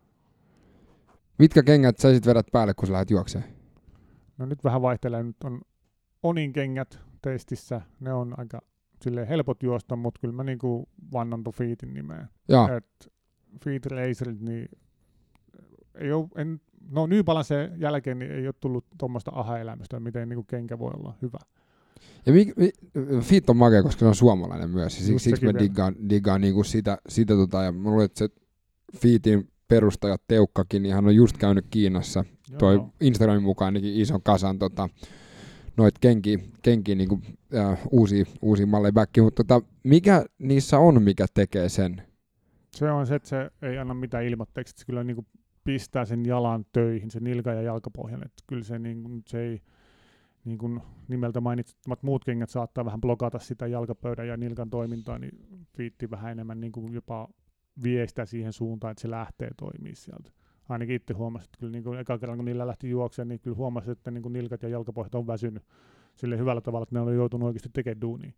Mitkä kengät sä sit vedät päälle, kun sä lähdet juoksemaan? No nyt vähän vaihtelee. Nyt on Onin kengät testissä. Ne on aika silleen helpot juosta, mutta kyllä mä niinku vannan tuon Feetin nimeen. Feet Racerit, niin ei ole, New Balancen jälkeen niin ei ole tullut tuommoista aha-elämystä, miten niinku kenkä voi olla hyvä. Feet on makea, koska se on suomalainen myös. Siksi mä sekin diggaan niinku sitä ja mä luulen, että se Feetin perustaja Teukkakin, niin hän on just käynyt Kiinassa. Toi Instagramin mukaan ainakin ison kasan noit kenkiä niinku, uusia malleja backiin, mutta mikä niissä on, mikä tekee sen? Se on se, että se ei anna mitään ilmoitteeksi, että se kyllä niinku pistää sen jalan töihin, se nilka- ja jalkapohjan, että kyllä se, niinku, se ei niin kuin nimeltä mainitsemat muut kengät saattaa vähän blokata sitä jalkapöydän ja nilkan toimintaa, niin Feetti vähän enemmän niin kuin jopa vie sitä siihen suuntaan, että se lähtee toimimaan sieltä. Ainakin itse huomasin, että kyllä niin kuin eka kerran kun niillä lähti juoksemaan, niin kyllä huomasin, että niin kuin nilkat ja jalkapohjat on väsynyt sille hyvällä tavalla, että ne on joutunut oikeasti tekemään duunia.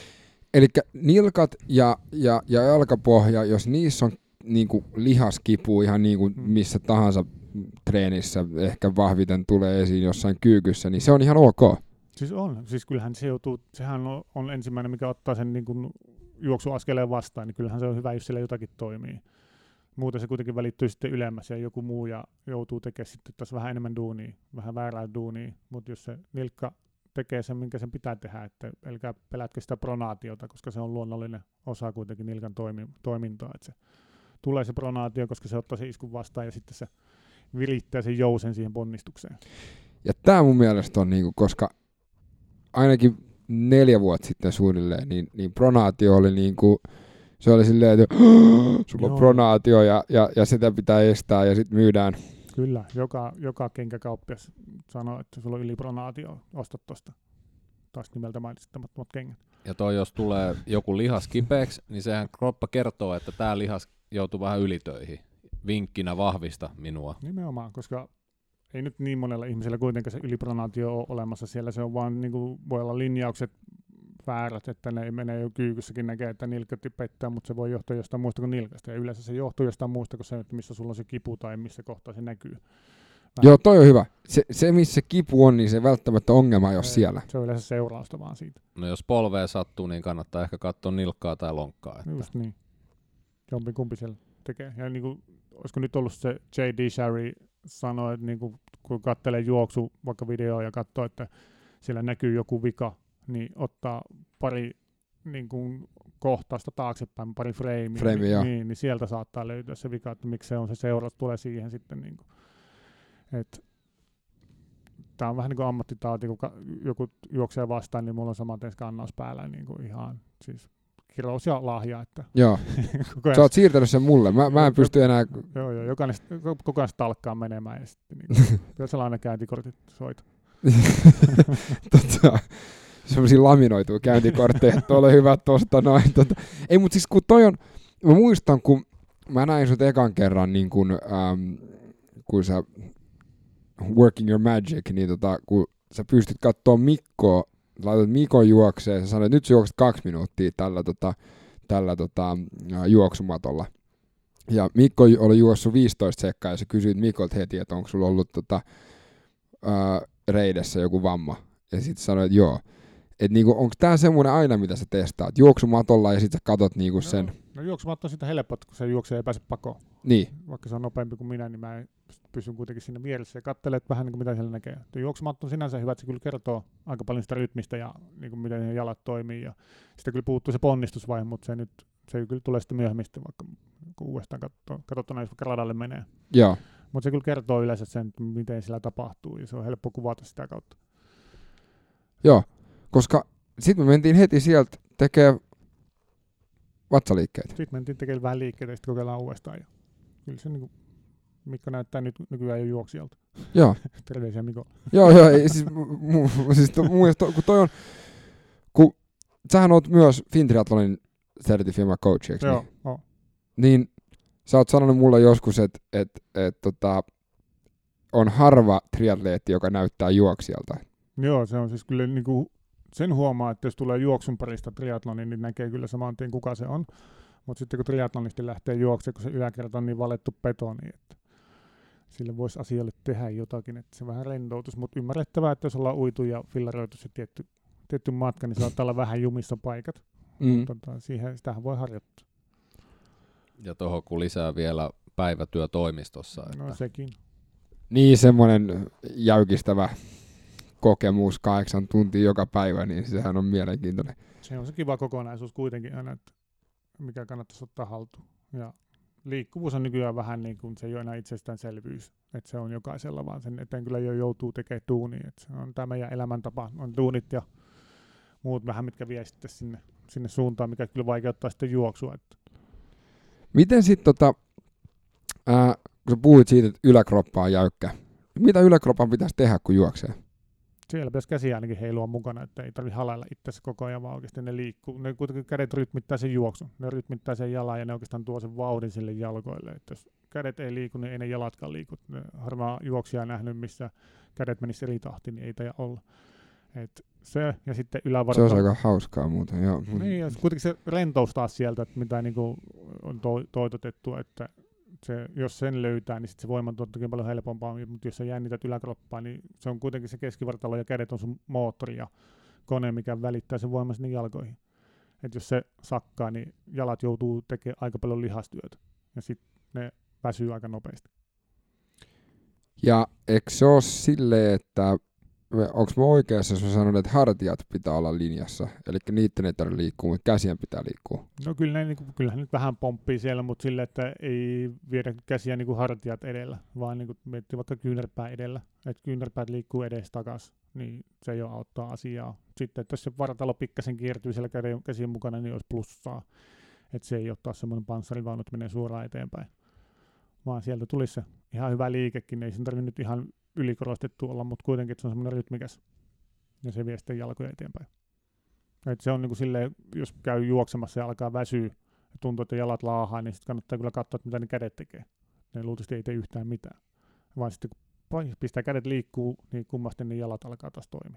Eli nilkat ja jalkapohja, jos niissä on niin kuin lihaskipu ihan niin kuin missä tahansa treenissä, ehkä vahviten tulee esiin jossain kyykyssä, niin se on ihan ok. Siis on. Siis kyllähän se joutuu, sehän on ensimmäinen, mikä ottaa sen niin kuin juoksuaskeleen vastaan, niin kyllähän se on hyvä, jos sillä jotakin toimii. Muuten se kuitenkin välittyy sitten ylemmäs ja joku muu ja joutuu tekemään sitten taas vähän enemmän duunia, vähän väärää duunia, mutta jos se nilkka tekee sen, minkä sen pitää tehdä, että älkää pelätkö sitä pronaatiota, koska se on luonnollinen osa kuitenkin nilkan toimintaa, että se tulee se pronaatio, koska se ottaa se iskun vastaan ja sitten se virittää sen jousen siihen ponnistukseen. Ja tää mun mielestä on niinku, koska ainakin 4 vuotta sitten suunnilleen, niin pronaatio oli niinku, se oli silleen, että sulla on pronaatio ja sitä pitää estää ja sitten myydään. Kyllä, joka kenkäkauppias sanoo, että sulla on ylipronaatio, ostat tosta. Taas nimeltä mainitsemattomat kengät. Ja toi jos tulee joku lihas kipeäksi, niin sehän kroppa kertoo, että tää lihas joutuu vähän ylitöihin. Vinkkinä vahvista minua. Nimenomaan, koska ei nyt niin monella ihmisellä kuitenkaan se ylipronaatio ole olemassa siellä. Se on vaan, niin kuin, voi olla linjaukset väärät, että ne menee jo kyykyssäkin näkee, että nilkatti pettää, mutta se voi johtua jostain muusta kuin nilkasta. Ja yleensä se johtuu jostain muusta kuin se, että missä sulla on se kipu tai missä kohtaa se näkyy. Joo, toi on hyvä. Se missä kipu on, niin se välttämättä ongelma ei ole siellä. Se on yleensä seurausta vaan siitä. No jos polvea sattuu, niin kannattaa ehkä katsoa nilkkaa tai lonkkaa. Että. Just niin. Jompikumpi siellä tekee. Ja niin kuin, olisiko nyt ollut se J.D. Sherry sanoi, että niin kuin, kun katselee juoksu vaikka videoa ja katsoo, että siellä näkyy joku vika, niin ottaa pari niin kuin, kohtausta taaksepäin, pari freimiä, niin sieltä saattaa löytyä se vika, että miksi se on se seuraus, tulee siihen sitten. Niin kuin, tämä on vähän niin kuin ammattitauti, kun joku juoksee vastaan, niin mulla on samanteen skannaus päällä niin kuin ihan siis kirous ja lahja. Että joo, sä oot siirtänyt sen mulle, mä en pysty enää. Joo, jokainen koko ajan talkkaan menemään ja sitten niin, jos aina käyntikortit soita. Sellaisia laminoituja käyntikortteja, että ole hyvä tosta noin. Ei, mutta siis kun toi on, mä muistan, kun mä näin sut ekan kerran, niin kun sä Working Your Magic, niin kun sä pystyt katsoa Mikkoa, laitat Mikon juokseen, sä sanoit, että nyt sä juokset 2 minuuttia tällä juoksumatolla. Ja Mikko oli juossut 15 sekkaa ja sä kysyit Mikolta heti, että onko sulla ollut reidessä joku vamma. Ja sitten sanoit, että joo. Että niinku, onko tää semmoinen aina, mitä sä testaat? Juoksumatolla ja sit sä katot niinku sen. No juoksumatto on sitä helppoa, kun se juoksee ei pääse pakoon. Niin. Vaikka se on nopeampi kuin minä, niin mä pysyn kuitenkin siinä vieressä ja katselen vähän niin kuin mitä siellä näkee. Juoksumatto on sinänsä hyvä, että se kyllä kertoo aika paljon sitä rytmistä ja niin kuin miten ne jalat toimii. Ja sitä kyllä puuttuu se ponnistusvaihe, mutta se kyllä tulee sitten myöhemmin, vaikka kun uudestaan katsottuna, jos vaikka radalle menee. Joo. Mutta se kyllä kertoo yleensä sen, miten sillä tapahtuu ja se on helppo kuvata sitä kautta. Joo, koska sitten me mentiin heti sieltä tekemään vatsaliikkeitä. Sitten mentiin tekemään vähän liikkeitä ja sitten kokeillaan uudestaan. Ja kyllä se niin Mikko näyttää nyt nykyään jo juoksijalta. Joo. Terveisiä Mikko. Joo, siis mun mielestä, kun toi on, kun sähän oot myös Fintriathlonin certifioima coach, eikö joo, niin? Niin sä oot sanonut mulle joskus, että on harva triatleetti, joka näyttää juoksijalta. Joo, se on siis kyllä niinku, sen huomaa, että jos tulee juoksun parista triathlonin, niin näkee kyllä saman tien kuka se on. Mutta sitten kun triathlonisti lähtee juoksemaan, kun se yläkerta on niin valettu betoni, että sille voisi asialle tehdä jotakin, että se vähän rentoutus. Mutta ymmärrettävää, että jos ollaan uitu ja fillaroitu se tietty matka, niin saattaa olla vähän jumissa paikat. Mutta sitähän voi harjoittaa. Ja tuohon kun lisää vielä päivätyö toimistossa. No sekin. Niin, semmoinen jäykistävä kokemus 8 tuntia joka päivä, niin sehän on mielenkiintoinen. Se on se kiva kokonaisuus kuitenkin aina, että mikä kannattaisi ottaa haltuun. Ja liikkuvuus on nykyään vähän niin kuin se ei ole enää itsestäänselvyys, että se on jokaisella, vaan sen eteen kyllä jo joutuu tekemään duunia. Että se on tämä meidän elämäntapa, on duunit ja muut vähän, mitkä vie sitten sinne suuntaan, mikä kyllä vaikeuttaa sitten juoksua. Että. Miten sitten, kun sä puhuit siitä, että yläkroppa on jäykkä, mitä yläkropan pitäisi tehdä, kun juoksee? Siellä pitäisi käsiä ainakin heilua mukana, että ei tarvitse halailla itse koko ajan, vaan oikeasti ne liikkuu. Ne kuitenkin kädet rytmittää sen juoksun, ne rytmittää sen jalan ja ne oikeastaan tuo sen vauhdin sille jalkoille. Että jos kädet ei liiku, niin ei ne jalatkaan liiku. Harvaa juoksia nähnyt, missä kädet menisivät eri tahtiin, niin ei taida olla. Et se ja sitten ylävartalo. Se on aika hauskaa muuten, joo. Niin, ja kuitenkin se rentous taas sieltä, että mitä niinku on toitotettu, että se, jos sen löytää, niin sit se voimantuottokin on paljon helpompaa, mutta jos sä jännität yläkroppaa, niin se on kuitenkin se keskivartalo ja kädet on sun moottori ja kone, mikä välittää sen voiman sinne jalkoihin. Et jos se sakkaa, niin jalat joutuu tekemään aika paljon lihastyötä ja sitten ne väsyy aika nopeasti. Ja eikö se ole silleen, että onko mä oikeassa, jos mä sanon, että hartiat pitää olla linjassa, eli niiden ei tarvitse liikkua, mutta käsien pitää liikkua? No kyllähän nyt vähän pomppii siellä, mutta silleen, että ei viedä käsiä niin kuin hartiat edellä, vaan niin kuin miettii vaikka kyynärpää edellä, että kyynärpäät liikkuu edes takaisin, niin se jo auttaa asiaa. Sitten, että jos se vartalo pikkasen kiertyy siellä käsien mukana, niin olisi plussaa, että se ei ole taas semmoinen panssarivaunu, että menee suoraan eteenpäin, vaan sieltä tulisi se ihan hyvä liikekin, ei sen tarvitse nyt ihan ylikorostettu olla, mutta kuitenkin että se on semmoinen rytmikäs ja se vie sitten jalkoja eteenpäin. Et se on niin kuin silleen, jos käy juoksemassa ja alkaa väsyä ja tuntuu, että jalat laahaa, niin sitten kannattaa kyllä katsoa, että mitä ne kädet tekee. Ne luultavasti ei tee yhtään mitään. Vaan sitten kun pistää kädet liikkuu, niin kummasti ne jalat alkaa taas toimia.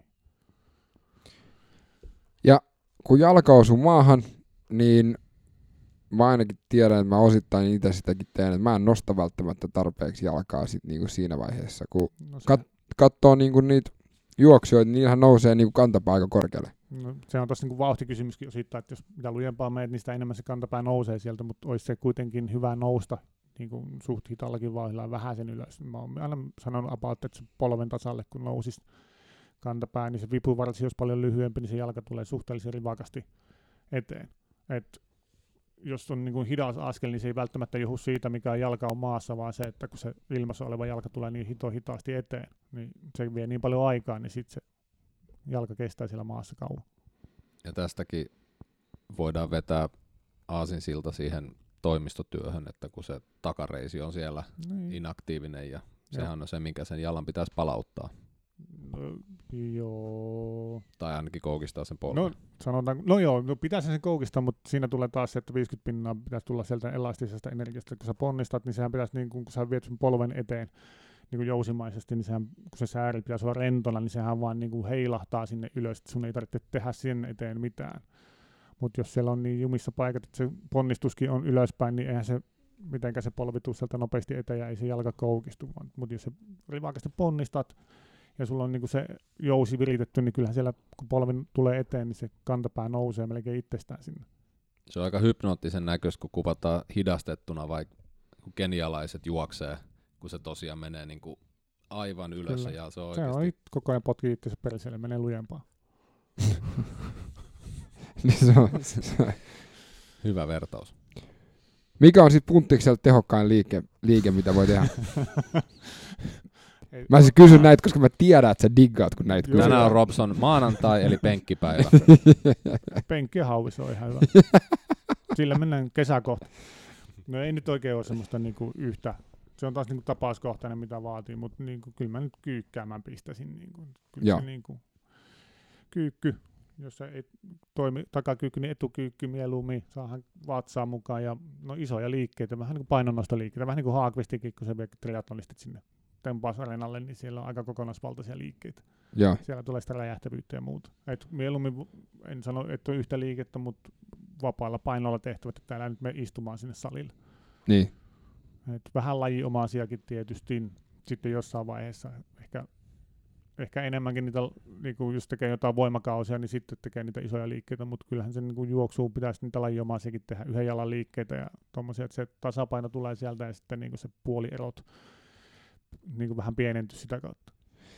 Ja kun jalka osuu maahan, niin mä ainakin tiedän, että mä osittain itse sitäkin teen, että mä en nosta välttämättä tarpeeksi jalkaa sit niinku siinä vaiheessa, kun katsoo niinku niitä juoksijoita, niin niillähän nousee niinku kantapää aika korkealle. No, se on tossa niinku vauhtikysymyskin siitä, että jos mitä lujempaa meet, niin sitä enemmän se kantapää nousee sieltä, mutta olisi se kuitenkin hyvä nousta niin kuin suht hitaallakin vauhdilla vähän sen ylös. Mä oon aina sanonut about, että se polven tasalle kun nousisi kantapää, niin se vipuvarsi olisi paljon lyhyempi, niin se jalka tulee suhteellisen rivakasti eteen. Et jos on niin kuin hidas askel, niin se ei välttämättä johdu siitä, mikä jalka on maassa, vaan se, että kun se ilmassa oleva jalka tulee niin hitaasti eteen, niin se vie niin paljon aikaa, niin sitten se jalka kestää siellä maassa kauan. Ja tästäkin voidaan vetää aasinsilta siihen toimistotyöhön, että kun se takareisi on siellä inaktiivinen ja sehän on se, minkä sen jalan pitäisi palauttaa. No, joo. Tai ainakin koukistaa sen polven. No sanotaan, pitäisi sen koukistaa, mutta siinä tulee taas se, että 50% pitäisi tulla sieltä elastisesta energiasta. Kun sä ponnistat, niin sehän pitäisi, niin kun sä viet sen polven eteen niin kuin jousimaisesti, niin sehän, kun se sääri pitäisi olla rentona, niin sehän vaan niin kuin heilahtaa sinne ylös, että sun ei tarvitse tehdä sinne eteen mitään. Mutta jos siellä on niin jumissa paikat, että se ponnistuskin on ylöspäin, niin eihän se mitenkään se polvi tuu sieltä nopeasti eteen ja ei se jalka koukistu. Mutta jos se rivakasti ponnistat, ja sulla on niinku se jousi viritetty, niin kyllähän siellä, kun polvi tulee eteen, niin se kantapää nousee melkein itsestään sinne. Se on aika hypnoottisen näköistä, kun kuvataan hidastettuna, vaikka kun kenialaiset juoksee, kun se tosiaan menee niinku aivan ylös. Kyllä. Ja se on oikeasti. Se on koko ajan potkii itseänsä perseelle, menee lujempaa. Hyvä vertaus. Mikä on sitten punttiksella tehokkain liike, mitä voi tehdä? Mä siis kysyn näitä, koska mä tiedän, että sä diggaat, kun näitä kysytään. Tänään on Robson maanantai, eli penkkipäivä. Penkki ja hauvi, se on ihan hyvä. Sillä mennään kesäkohta. No ei nyt oikein ole semmoista niinku yhtä. Se on taas niinku tapauskohtainen, mitä vaatii, mutta niinku, kyllä mä nyt kyykkäämään pistäisin. Niinku. Kyllä se niinku, kyykky, jos ei toimi takakyykky, niin etukyykky mieluummin. Saadaan vatsaa mukaan ja isoja liikkeitä, vähän niin kuin painonnostoliikkeitä, vähän niin kuin Haakvistikin, kun se vie triatlonistit sinne tempausarenalle, niin siellä on aika kokonaisvaltaisia liikkeitä. Ja. Siellä tulee sitä räjähtävyyttä ja muuta. Et mieluummin, en sano, että on yhtä liikettä, mutta vapaalla painolla tehtävät, että täällä nyt me istumaan sinne salille. Niin. Et vähän lajiomaisiakin tietysti, sitten jossain vaiheessa ehkä enemmänkin niitä, niinku jos tekee jotain voimakausia, niin sitten tekee niitä isoja liikkeitä, mutta kyllähän sen niinku juoksuun pitäisi niitä lajiomaisiakin tehdä, yhden jalan liikkeitä ja tommosia, että se tasapaino tulee sieltä ja sitten niinku se puolierot niin kuin vähän pienenty sitä kautta.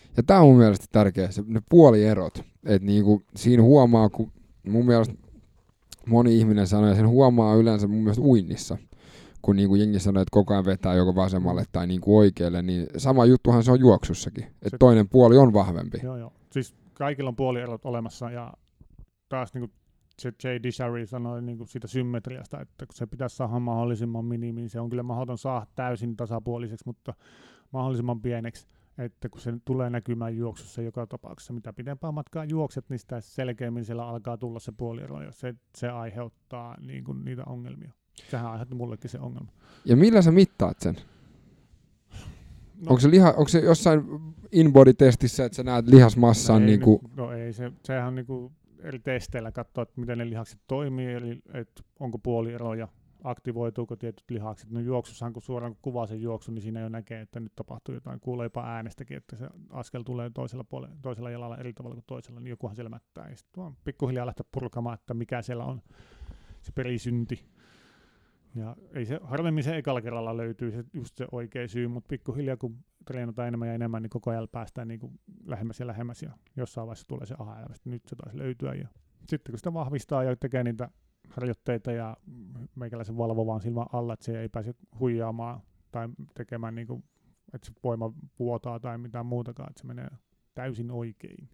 Ja tää on mun mielestä tärkeä, ne puolierot. Että niinku siinä huomaa, kun mun mielestä moni ihminen sanoo, ja sen huomaa yleensä mun mielestä uinnissa. Kun niinku jengi sanoo, että koko ajan vetää joko vasemmalle tai niinku oikealle, niin sama juttuhan se on juoksussakin. Että toinen puoli on vahvempi. Joo. Siis kaikilla on puolierot olemassa ja taas niinku se Jay Dishary sanoi niinku siitä symmetriasta, että kun se pitäisi saada mahdollisimman minimiin, se on kyllä mahdoton saada täysin tasapuoliseksi, mutta mahdollisimman pieneksi, että kun se tulee näkymään juoksussa joka tapauksessa, mitä pidempään matkaa juokset, niin sitä selkeämmin siellä alkaa tulla se puoliero, ja se aiheuttaa niinku niitä ongelmia. Sehän aiheutti mullekin se ongelma. Ja millä sä mittaat sen? No, onko se jossain InBody-testissä, että sä näet lihasmassan? Sehän on niinku eri testeillä katsoa, että miten ne lihakset toimii, eli että onko puolieroja, aktivoituuko tietyt lihakset. No juoksussahan, kun suoraan kuvaa sen juoksun, niin siinä jo näkee, että nyt tapahtuu jotain. Kuulee jopa äänestäkin, että se askel tulee toisella jalalla eri tavalla kuin toisella, niin jokuhan siellä mättää. Ja sitten vaan pikkuhiljaa lähteä purkamaan, että mikä siellä on se perisynti. Ja ei se, harvemmin se ekalla kerralla löytyy se, just se oikea syy, mutta pikkuhiljaa kun treenataan enemmän ja enemmän, niin koko ajan päästään niin kuin lähemmäs ja lähemmäs ja jossain vaiheessa tulee se aha, nyt se taisi löytyä. Ja sitten kun sitä vahvistaa ja tekee niitä harjoitteita ja meikäläisen valvovaan silmän alla, että se ei pääse huijaamaan tai tekemään, niin kuin, että se voima vuotaa tai mitään muutakaan, että se menee täysin oikein.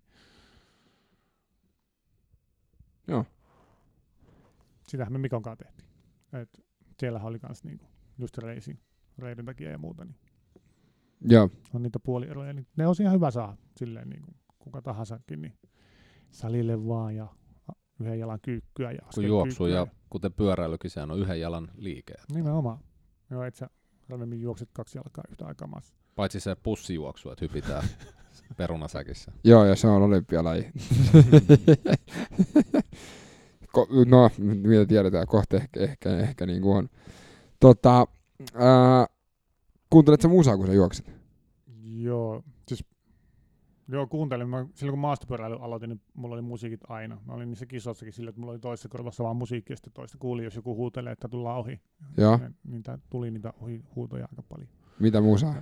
Joo. Sitähän me Mikon kanssa tehtiin. Siellähän oli kans niinku just reiden takia ja muuta, niin Joo. on niitä puolieroja, niin ne on ihan hyvä saada silleen niinku kuka tahansakin, niin salille vaan ja yhden jalan kyykkyä ja kun juoksu ja kuten pyöräilykin, sehän on yhden jalan liike. Nimenomaan. Joo, et sä harvemmin juokset 2 jalkaa yhtä aikaa maassa. Paitsi se pussijuoksu, että hypitään perunasäkissä. Joo, ja se on olympialaji. No, mitä tiedetään, kohta ehkä niin kuin on. Kuuntelet sä musaa, kun sä juokset? Joo, kuuntelin. Silloin kun maastopyöräily aloitin, niin mulla oli musiikit aina. Mä olin niissä kisossakin sillä, että mulla oli toisessa korvassa vaan musiikki, ja sitten toista kuuli, jos joku huutelee, että tullaan ohi. Joo. Tuli niitä huutoja aika paljon. Mitä musaa?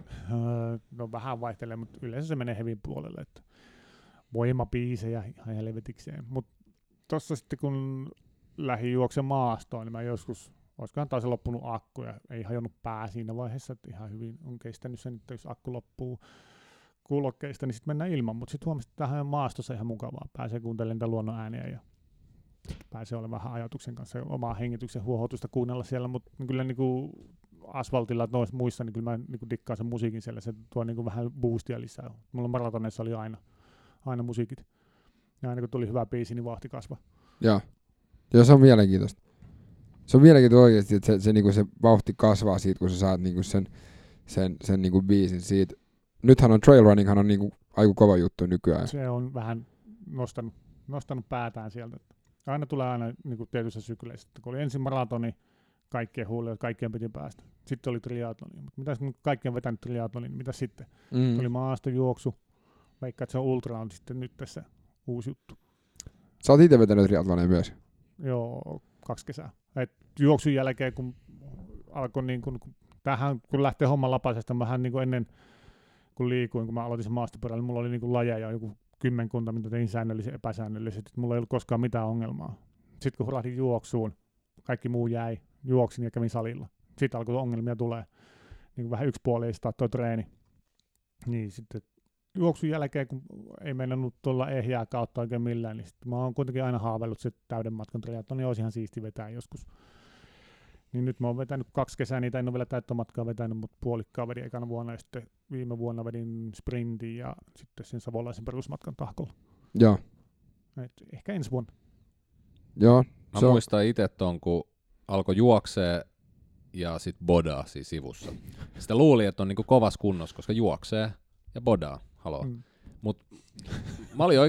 No vähän vaihtelee, mutta yleensä se menee hevin puolelle, että voimabiisejä ihan helvetikseen. Mutta tossa sitten kun lähdin juoksen maastoon, niin mä joskus, olisikohan taas loppunut akku ja ei hajonnut pää siinä vaiheessa, että ihan hyvin on kestänyt sen, että jos akku loppuu kuulokkeista, niin sitten mennään ilman, mutta sitten huomasin, että tähän on maastossa ihan mukavaa, pääsee kuuntelemaan niitä luonnon ääniä ja pääsee olemaan vähän ajatuksen kanssa ja omaa hengityksen huohotusta kuunnella siellä, mutta kyllä niin kuin asfaltilla noissa muissa, niin kyllä mä niin kuin dikkaan sen musiikin siellä, se tuo niin kuin vähän boostia lisää. Mulla maratoneissa oli aina musiikit. Ja aina kun tuli hyvä biisi, niin vauhti kasvaa. Joo, se on mielenkiintoista. Se on mielenkiintoista oikeasti, että se, niinku se vauhti kasvaa siitä, kun sä saat niinku sen niinku biisin siitä. Nythän on trail runninghan on niinku aika kova juttu nykyään. Se on vähän nostanut päätään sieltä. Aina tulee niinku tietyissä sykleissä. Kun oli ensin maratoni, kaikkien huulilla, kaikkien piti päästä. Sitten oli triatloni. Mutta mitäs kun kaikki on vetänyt triatlonin, niin mitä sitten? Tuli maastojuoksu. Vaikka se on ultra on sitten nyt tässä uusi juttu. Sä oot itse vetänyt triathlonia myös? Joo, 2 kesää. Juoksun jälkeen, kun alkoi niin kun lähtee homman lapasesta, vähän niin kuin ennen kun liikuin, kun mä aloitin sen maastopyörällä, niin mulla oli niin kuin lajeja joku 10, mitä tein säännöllisesti ja epäsäännöllisesti. Mulla ei ollut koskaan mitään ongelmaa. Sitten kun hurahdin juoksuun, kaikki muu jäi. Juoksin ja kävin salilla. Sitten alkoi ongelmia tulee. Niin vähän yksipuolista toi treeni. Niin sitten juoksun jälkeen, kun ei meinannut tuolla ehjää kautta oikein millään, niin sitten mä oon kuitenkin aina haaveillut se täyden matkan triathlon, niin olisi ihan siisti vetää joskus. Niin nyt mä oon vetänyt 2 kesää, niitä en ole vielä täyttä matkaa vetänyt, mutta puolikkaa vedin ekana vuonna ja sitten viime vuonna vedin sprintin ja sitten sen savolaisen perusmatkan tahkolla. Joo. Ehkä ensi vuonna. Joo. Mä muistan itse ton, kun alkoi juoksee ja sitten bodaa siinä sivussa. Sitä luuli, että on niinku kovassa kunnossa, koska juoksee ja bodaa. Haloo. Mut mä olin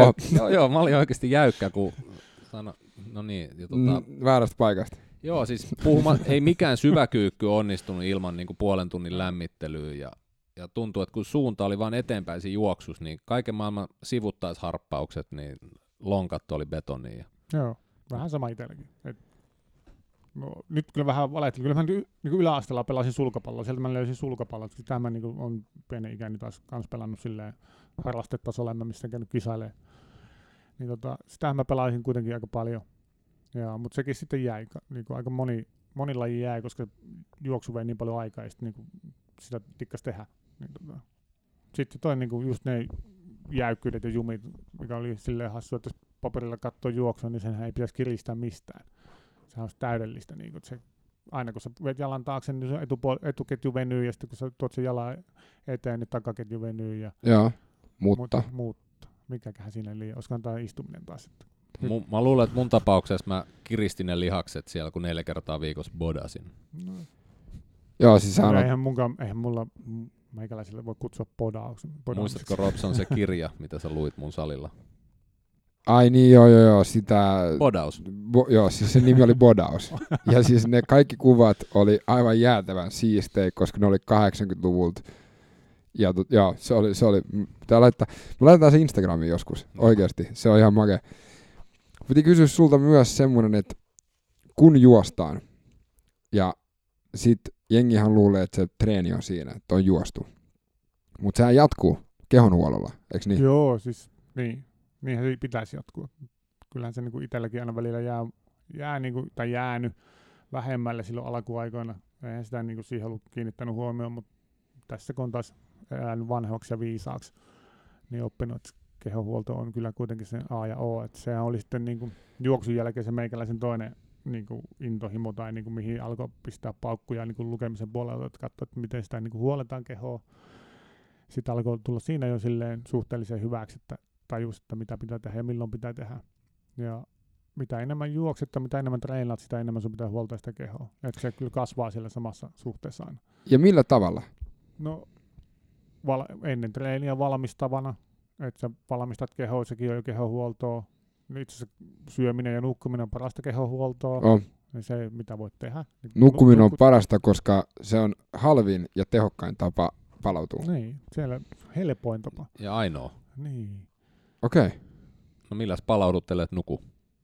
oikeasti jäykkä, kun no niin. Väärästä paikasta. Joo, siis ei mikään syväkyykky onnistunut ilman niinku 0,5 tunnin lämmittelyä ja tuntuu, että kun suunta oli vaan eteenpäin siinä juoksussa, niin kaiken maailman sivuttaisharppaukset, niin lonkat oli betonia. Joo, vähän sama itselläkin. No, nyt kyllä vähän valehtelin. Kyllä mä niin yläasteella pelasin sulkapalloa. Sieltä mä löysin sulkapallot. Sitä mä niin on pienen ikäni taas kans pelannut silleen harrastetasolla, en mä missään käynyt kisailemaan. Niin sitä mä pelasin kuitenkin aika paljon. Mutta sekin sitten jäi. Niin aika moni laji jäi, koska juoksu vei niin paljon aikaa ja sitten niin sitä tikkas tehdä. Niin sitten toi niin just ne jäykkyydet ja jumit, mikä oli silleen hassu, että jos paperilla katsoo juoksua, niin senhän ei pitäisi kiristää mistään. Sehän olisi täydellistä. Niin se, aina kun sä vet jalan taakse, niin se etuketju venyy, ja sitten kun sä tuot sen jalan eteen, niin takaketju venyy. Joo, mutta. Mikäköhän siinä liian? Olisikohan tämä istuminen taas? Mä luulen, että mun tapauksessa mä kiristin ne lihakset siellä, kun 4 kertaa viikossa bodasin. No. Joo, siis eihän mulla meikäläisille voi kutsua podauksi. Muistatko Robson se kirja, mitä sä luit mun salilla? Ai niin, joo, sitä... Bodaus. Joo, siis se nimi oli Bodaus. Ja siis ne kaikki kuvat oli aivan jäätävän siistejä, koska ne oli 80-luvulta. Ja joo, se oli me laitetaan se Instagramiin joskus, oikeasti, se on ihan makea. Piti kysyä sulta myös semmoinen, että kun juostaan, ja sit jengihan luulee, että se treeni on siinä, että on juostu. Mutta sehän jatkuu kehonhuollolla, eikö niin? Joo, siis niinhän se pitäisi jatkua. Kyllähän se niinku itselläkin aina välillä jää niinku, tai jäänyt vähemmälle silloin alkuaikoina. Eihän sitä niinku siihen ollut kiinnittänyt huomioon, mutta tässä kun on taas jäänyt vanhaksi ja viisaaksi, niin oppinut, että kehonhuolto on kyllä kuitenkin se A ja O. Että sehän oli sitten niinku juoksun jälkeen se meikäläisen toinen niinku intohimo tai niinku mihin alkoi pistää paukkuja niinku lukemisen puolella, että katsoa, että miten sitä niinku huoletaan kehoa. Sitten alkoi tulla siinä jo silleen suhteellisen hyväksi, että tajus, että mitä pitää tehdä ja milloin pitää tehdä. Ja mitä enemmän juokset ja mitä enemmän treenaat, sitä enemmän sun pitää huoltaa sitä kehoa. Että se kyllä kasvaa siellä samassa suhteessa aina. Ja millä tavalla? No ennen treeniä valmistavana, että sä valmistat kehoa, sekin on jo kehonhuoltoa. Itse asiassa syöminen ja nukkuminen on parasta kehonhuoltoa. On. Ja se, mitä voit tehdä. Nukkuminen on parasta, koska se on halvin ja tehokkain tapa palautua. Niin, siellä helpoin tapa. Ja ainoa. Niin. Okei. No milläs palauduttelet nuku?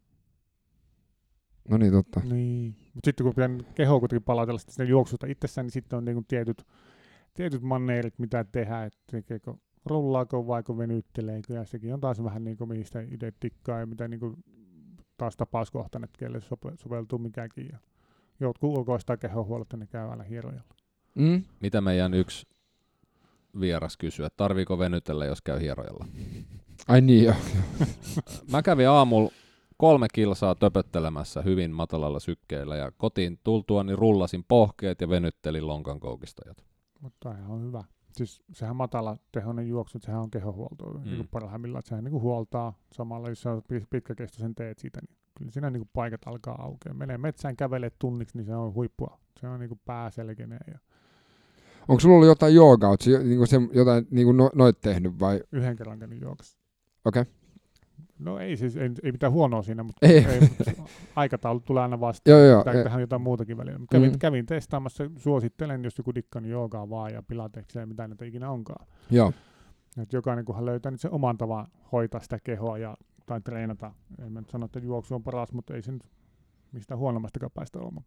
No niin, totta. Niin. Mutta sitten kun pitää kehoa kuitenkin palautella sitä juoksusta itsessään, niin sitten on niinku tietyt manneerit, mitä tehdä, että tekeekö rullaako vaiko venytteleekö, ja sekin on taas vähän niin kuin mihin sitä itse tikkaa ja mitä niin kuin taas tapauskohtainen, että kelle soveltuu mikäkin. Ja jotkut ulkoistaa kehonhuollot, että ne käy aina hierojalla. Mitä meidän yksi vieras kysyy, että tarviiko venytellä, jos käy hierojalla? Ai niin, joo. Mä kävin aamulla 3 kilsaa töpöttelemässä hyvin matalalla sykkeillä ja kotiin tultuani rullasin pohkeet ja venyttelin lonkankoukistajat. Mutta ihan on hyvä. Siis sehän matala tehoinen juoksu, sehän on kehonhuoltoa niin parhaimmillaan, että sehän niin kuin huoltaa samalla, jos sä pitkäkestoisen teet siitä, niin kyllä siinä niin kuin paikat alkaa aukeaa. Menee metsään, kävelee tunniksi, niin se on huippua. Se on niin kuin pää selkenee. Onko sulla ollut jotain joogaa? Oletko jotain niin kuin noit tehnyt vai? Yhden kerran käynyt joogassa. Okei. No ei siis, ei mitään huonoa siinä, mutta ei, aikataulut tulee aina vastaan. Joo. Pitää tehdä jotain muutakin välillä. Kävin testaamassa, suosittelen, jos joku dikkaa, niin joogaa vaan ja pilatekseen, mitä näitä ikinä onkaan. Joo. Et jokainen kunhan löytää nyt sen oman tavan hoitaa sitä kehoa tai treenata. En mä nyt sano, että juoksu on paras, mutta ei se nyt mistään huonommastakaan päästä olemaan.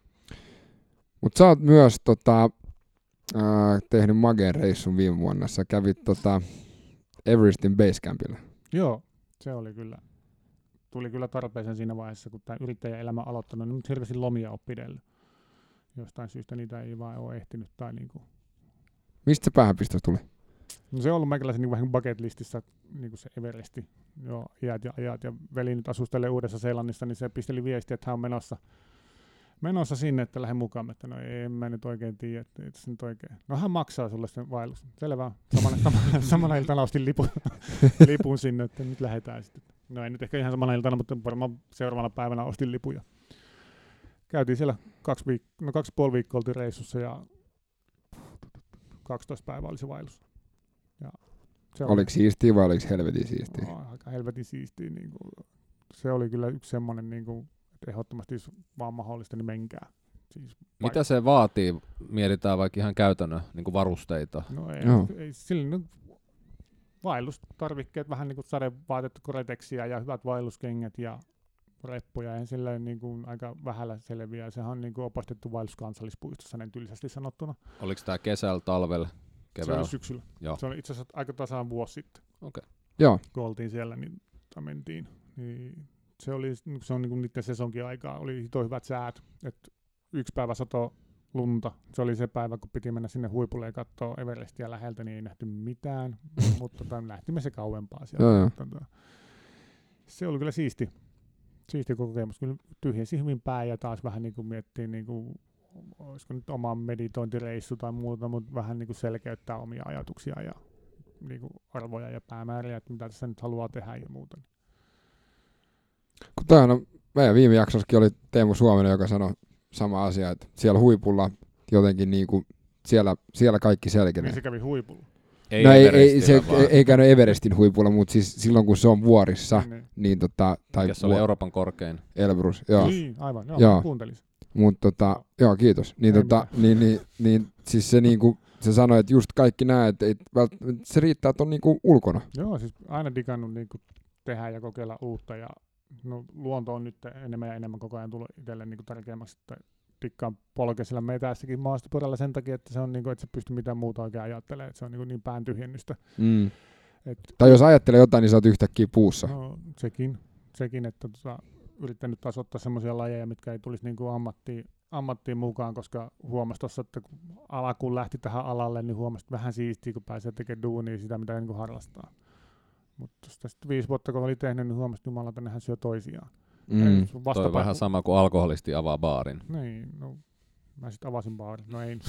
Mutta sä oot myös tehnyt mageen reissun viime vuonna. Sä kävit Everestin basecampilla. Joo, se oli kyllä. Tuli kyllä tarpeeseen siinä vaiheessa, kun tämä yrittäjäelämä aloittanut, niin hirveästi lomia on pidellyt. Jostain syystä niitä ei vaan ole ehtinyt. Tai niinku. Mistä se päähänpisto tuli? No se on ollut meikäläisen niin vähän bucket listissä niin se Everesti. Joo, iät ja ajat. Ja veli nyt asustelee Uudessa-Seelannissa, niin se pisteli viestiä, että hän on menossa sinne, että lähde mukaan. Että no en mä nyt oikein tiedä, että ei se nyt oikein. No hän maksaa sulle sen vaelluksen. Selvä. Samana iltana ostin lipun sinne, että nyt lähdetään sitten. No ei nyt ehkä ihan samana iltana, mutta varmaan seuraavana päivänä ostin lipuja. Käytiin siellä 2,5 viikkoa oltiin reissussa ja 12 päivää oli se vaellus. Oliko siistiä vai oliko helvetin siistiä? No, aika helvetin siistiä. Niin kuin, se oli kyllä yksi semmoinen, niin kuin, että ehdottomasti jos vaan mahdollista, niin menkää. Siis mitä se vaatii? Mietitään vaikka ihan käytännön niin kuin varusteita. No ei sillä vaellustarvikkeet, vähän niin kuin sadevaatetta, koreteksia ja hyvät vaelluskengät ja reppuja ja silleen niin kuin aika vähällä selviää. Sehän on niin kuin opastettu Wales kansallispuistossa, näin tylsästi sanottuna. Oliko tämä kesällä, talvella, Se keväällä? oli syksyllä. Joo. Se oli itse asiassa aika tasaan vuosi sitten, Joo. kun oltiin siellä, niin mentiin. Niin se on niin kuin niiden sesonkin aikaa, oli hito hyvät säät. Et yksi päivä sato lunta. Se oli se päivä, kun piti mennä sinne huipulle ja katsoa Everestia läheltä, niin ei nähty mitään, mutta nähtimme se kauempaa sieltä. Joo. Se oli kyllä siisti kokemus. Kyllä tyhjensi hyvin pää ja taas vähän niin kuin miettii, niin kuin, olisiko nyt oma meditointireissu tai muuta, mutta vähän niin kuin selkeyttää omia ajatuksia ja niin kuin arvoja ja päämääriä, että mitä tässä nyt haluaa tehdä ja muuta. Kun meidän viime jaksossakin oli Teemu Suominen, joka sanoi sama asia, että siellä huipulla jotenkin niinku, siellä kaikki selkenee. Niin se kävi huipulla. Ei käynyt Everestin huipulla, mutta siis silloin kun se on vuorissa, niin tai se oli Euroopan korkein? Elbrus, joo. Niin, aivan, joo. Kuuntelin. Mutta joo, kiitos. Niin siis se niinku, se sanoi, että just kaikki nämä, että se riittää, että on niinku ulkona. Joo, siis aina digannut niinku tehdä ja kokeilla uutta ja luonto on nyt enemmän ja enemmän koko ajan tullut itselle niinku tärkeämmäksi, että tikkaan polkea siellä metässäkin maastopyörällä sen takia, että se on niinku, että se pystyy mitään muuta oikein ajattelemaan, että se on niinku niin pään tyhjennystä. Tai jos ajattelee jotain, niin sä oot yhtäkkiä puussa. No, sekin että yrittänyt taas ottaa semmoisia lajeja, mitkä ei tulisi niinku ammattiin mukaan, koska huomasi tuossa, että kun alkuun lähti tähän alalle, niin huomasi vähän siistiä, kun pääsee tekemään duunia sitä, mitä niinku harrastaa. Mutta sitten 5 vuotta, kun oli tehnyt, niin huomasi, että jumalauta, nehän syö toisiaan. Toi on vähän sama kuin alkoholisti avaa baarin. Niin, no mä sitten avasin baarin, no ei.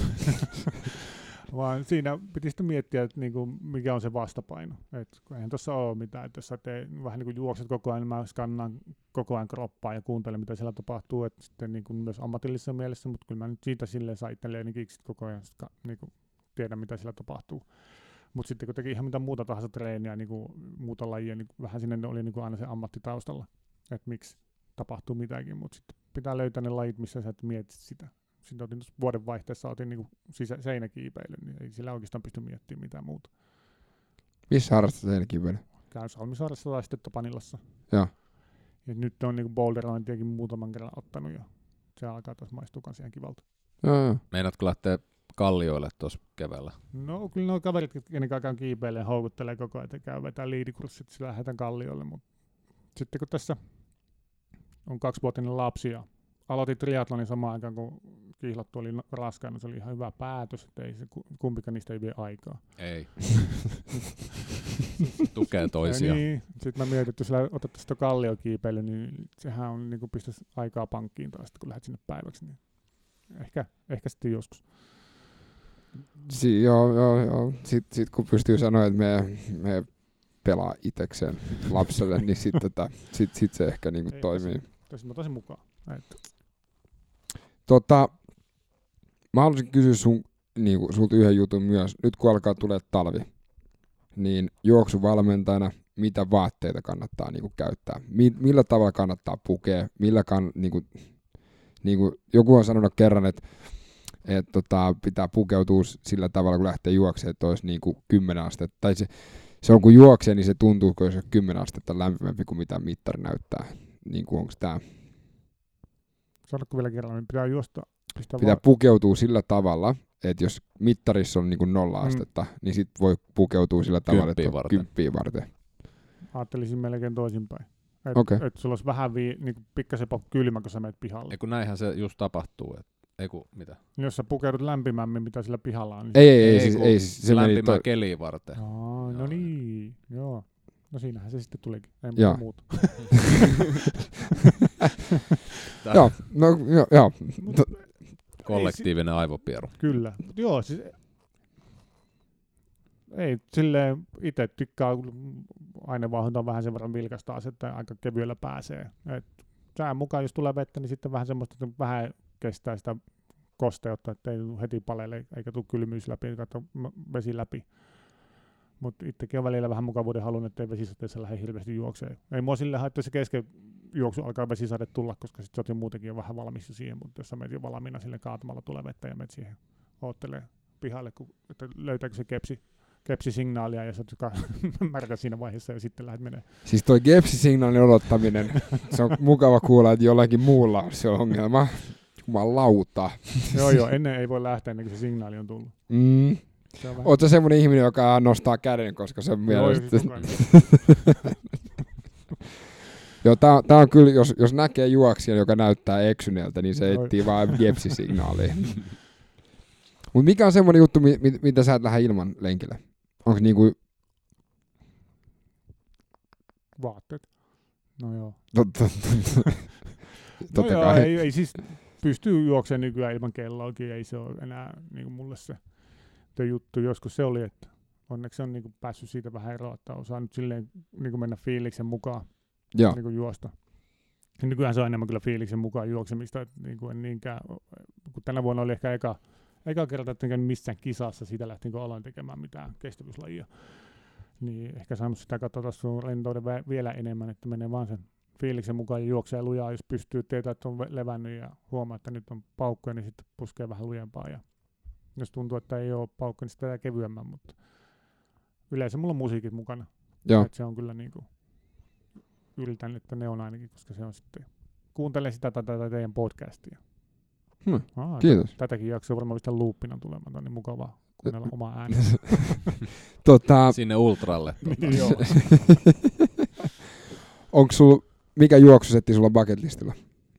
Vaan siinä piti sitten miettiä, että niinku, mikä on se vastapaino. Et eihän tuossa ole mitään, että jos sä vähän niin kuin juokset koko ajan, niin mä skannaan koko ajan kroppaa ja kuuntelen, mitä siellä tapahtuu. Et sitten niinku myös ammatillisessa mielessä, mutta kyllä mä nyt siitä silleen saa itselleen kiksit koko ajan, niinku, tiedän, mitä siellä tapahtuu. Mutta sitten kun teki ihan mitä muuta tahansa treeniä, niinku, muuta lajia, niin vähän sinne oli niinku aina se ammatti taustalla, että miksi tapahtuu mitäkin. Mutta sitten pitää löytää ne lajit, missä sä et mietit sitä. Sitten otin vuoden vaihteessa niinku seinäkiipeilyn, niin ei sillä oikeastaan pysty miettimään mitään muuta. Missä harrastat seinäkiipeilyn? Käyn Salmisaaressa tai sitten Topanilassa. Joo. Ja nyt on niinku boulderointiakin muutaman kerran ottanut ja se alkaa taas maistua kans ihan kivalta. Joo. Meinaatko lähteä Kallioille tuossa keväällä? No kyllä nuo kaverit, kenen käyn kiipeilemään, houkuttelee koko ajan, että käy vetää liidikurssit, sillä lähdetään Kallioille. Mutta sitten kun tässä on 2-vuotinen lapsi ja aloitin triathlonin samaan aikaan, kun kihlottu oli raskaana, se oli ihan hyvä päätös, että ei se, kumpikaan niistä ei vie aikaa. Ei. Tukee toisiaan. Niin, sitten mä mietin, että jos otettaisiin sitä kalliokiipeily, niin sehän on niin kuin pistäisi aikaa pankkiin taas, kun lähdet sinne päiväksi. Niin ehkä sitten joskus. Joo. Sitten kun pystyy sanoa, että me pelaa itekseen lapselle, niin sit se ehkä niinku toimii. Mä tosin mukaan. Mä haluaisin kysyä sulta yhden jutun myös. Nyt kun alkaa tulee talvi, niin juoksuvalmentajana mitä vaatteita kannattaa niinku käyttää? Millä tavalla kannattaa pukea? Joku on sanonut kerran, että pitää pukeutua sillä tavalla, kun lähtee juoksemaan, että olisi niinku 10 astetta. Tai se on kun juoksee, niin se tuntuu, kun se on 10 astetta lämpimämpi kuin mitä mittari näyttää. Onko tämä? Sanotko vielä kerran, niin pitää juosta. Pitää pukeutua sillä tavalla, että jos mittarissa on niinku 0 astetta, niin sit voi pukeutua sillä tavalla, että on 10 varten. Ajattelisin melkein toisinpäin. Että sulla olisi vähän niinku pikkasen kylmä, kun sä menet pihalle. Eiku näinhän se just tapahtuu. Mitä? Jos sä pukeudut lämpimämmin, mitä sillä pihalla on. Niin ei, se lämpimää keliä varten. No niin, joo. No siinähän se sitten tulikin. Ei muuta. Joo. Kollektiivinen aivopieru. Kyllä. Joo, siis ei silleen itse tykkää aineenvauhdunta on vähän sen verran vilkasta, että aika kevyellä pääsee. Sään mukaan, jos tulee vettä, niin sitten vähän semmoista, että vähän kestää sitä kosteutta, että ei heti palele eikä tule kylmyys läpi, eikä vesi läpi. Mutta itsekin on välillä vähän mukavuuden halunnut, ettei vesisateessa lähde hirveästi juokseen. Ei mua sille haittaa, se kesken juoksu alkaa vesisade tulla, koska sitten sä oot jo muutenkin jo vähän valmis siihen, mutta jos sä menet jo valmiina sille kaatamalla tulee vettä ja menet siihen oottelee pihalle, että löytääkö se kepsisignaalia ja sä oot märkä siinä vaiheessa ja sitten lähdet menee. Siis toi gepsisignaalin odottaminen, se on mukava kuulla, että jollakin muulla on se ongelma. Jumalauta. Joo, ennen ei voi lähteä ennen kuin se signaali on tullut. Se on vähän... Oot sä semmonen ihminen, joka nostaa käden, koska se on mielestä... Joo, tää on kyllä, jos näkee juoksijan, joka näyttää eksyneeltä, niin se etsii vaan gepsisignaalia. Mut mikä on semmonen juttu, mitä sä et lähde ilman lenkille? Onko niinku... Vaatteet. No joo. Totta no kai. Joo, ei siis pystyy juoksemaan nykyään ilman kelloakin, ei se ole enää niinku mulle se juttu. Joskus se oli, että onneksi on niinku päässyt siitä vähän eroa, että osaa nyt silleen niinku mennä fiiliksen mukaan niinku juosta. Ja nykyään se on enemmän kyllä fiiliksen mukaan juoksemista, että niinku en niinkään, kun tänä vuonna oli ehkä eka kerta, että en käynyt missään kisassa siitä lähtien, kun aloin tekemään mitään kestävyyslajia. Niin ehkä saanut sitä katsoa sun rentouden vielä enemmän, että menee vaan sen fiiliksen mukaan ja juoksee lujaa, jos pystyy tietää, että on levännyt ja huomaa, että nyt on paukkoja, niin sitten puskee vähän lujempaa. Ja jos tuntuu, että ei ole paukkoja, niin sitä kevyemmän, mutta yleensä mulla on musiikit mukana. Joo. Että se on kyllä niinku, yritän, että ne on ainakin, koska se on sitten, kuuntele sitä tätä teidän podcastia. Kiitos. Tätäkin jaksoa varmaan vista loopina tulemaan, on niin mukavaa kuunnella omaa ääntä. Sinne ultralle. Joo. Onko sulla, mikä juoksusetti sulla bucket listilla?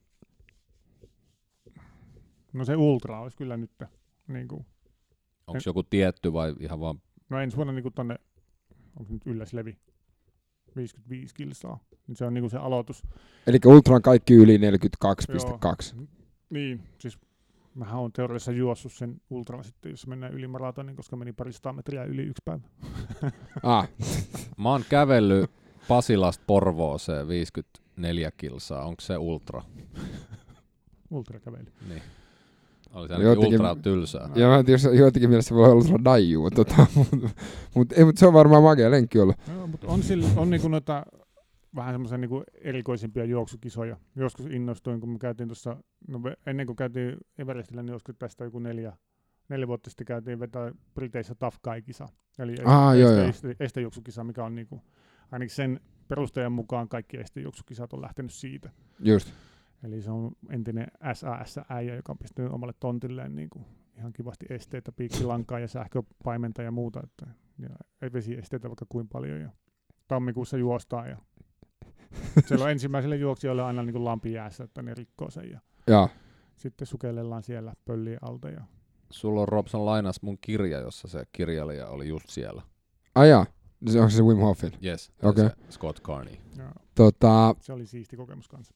No se ultra olisi kyllä nyt. Niinku, onko joku tietty vai ihan vaan? No ensi vuonna niinku tonne, onko nyt Ylläslevi, 55 kilsaa. Niin se on niinku se aloitus. Eli ultra on kaikki yli 42,2. Niin, siis mähän on teoriassa juossut sen ultralla sitten, jos mennään yli maratonin, koska meni 200 metriä yli yksi päivä. Mä oon kävellyt Pasilasta Porvooseen 54 kilsaa. Onko se ultra? Ultrakävely. Niin. Oli se ainakin ultra tylsää. Ja mä en tiedä, joitakin mielessä voi olla ultra daiju, mutta se on varmaan makea lenkki ollut. Joo, mutta on niinku noita vähän semmoisia niinku erikoisimpia juoksukisoja. Joskus innostuin, kun me käytiin tuossa, ennen kuin käytiin Everestillä, niin joskus tästä joku 4 vuotta sitten käytiin vetää Briteissä Tough Guy-kisa. Eli estejuoksukisa, mikä on niinku, ainakin sen perustajan mukaan kaikki estejuoksukisat on lähtenyt siitä. Just. Eli se on entinen SAS-äijä, joka on pistänyt omalle tontilleen niinku ihan kivasti esteitä, piikkilankaa ja sähköpaimenta ja muuta. Ja vesiesteitä vaikka kuin paljon. Ja tammikuussa juostaan ja siellä on ensimmäiselle juoksijoille aina niin kuin lampi jäässä, että ne rikkoo sen ja sitten sukellellaan siellä pöllien alta. Ja sulla on Robson lainas mun kirja, jossa se kirjailija oli just siellä. Jaa, onko se Wim Hofin? Yes, okay. Scott Carney. Se oli siisti kokemus kanssa.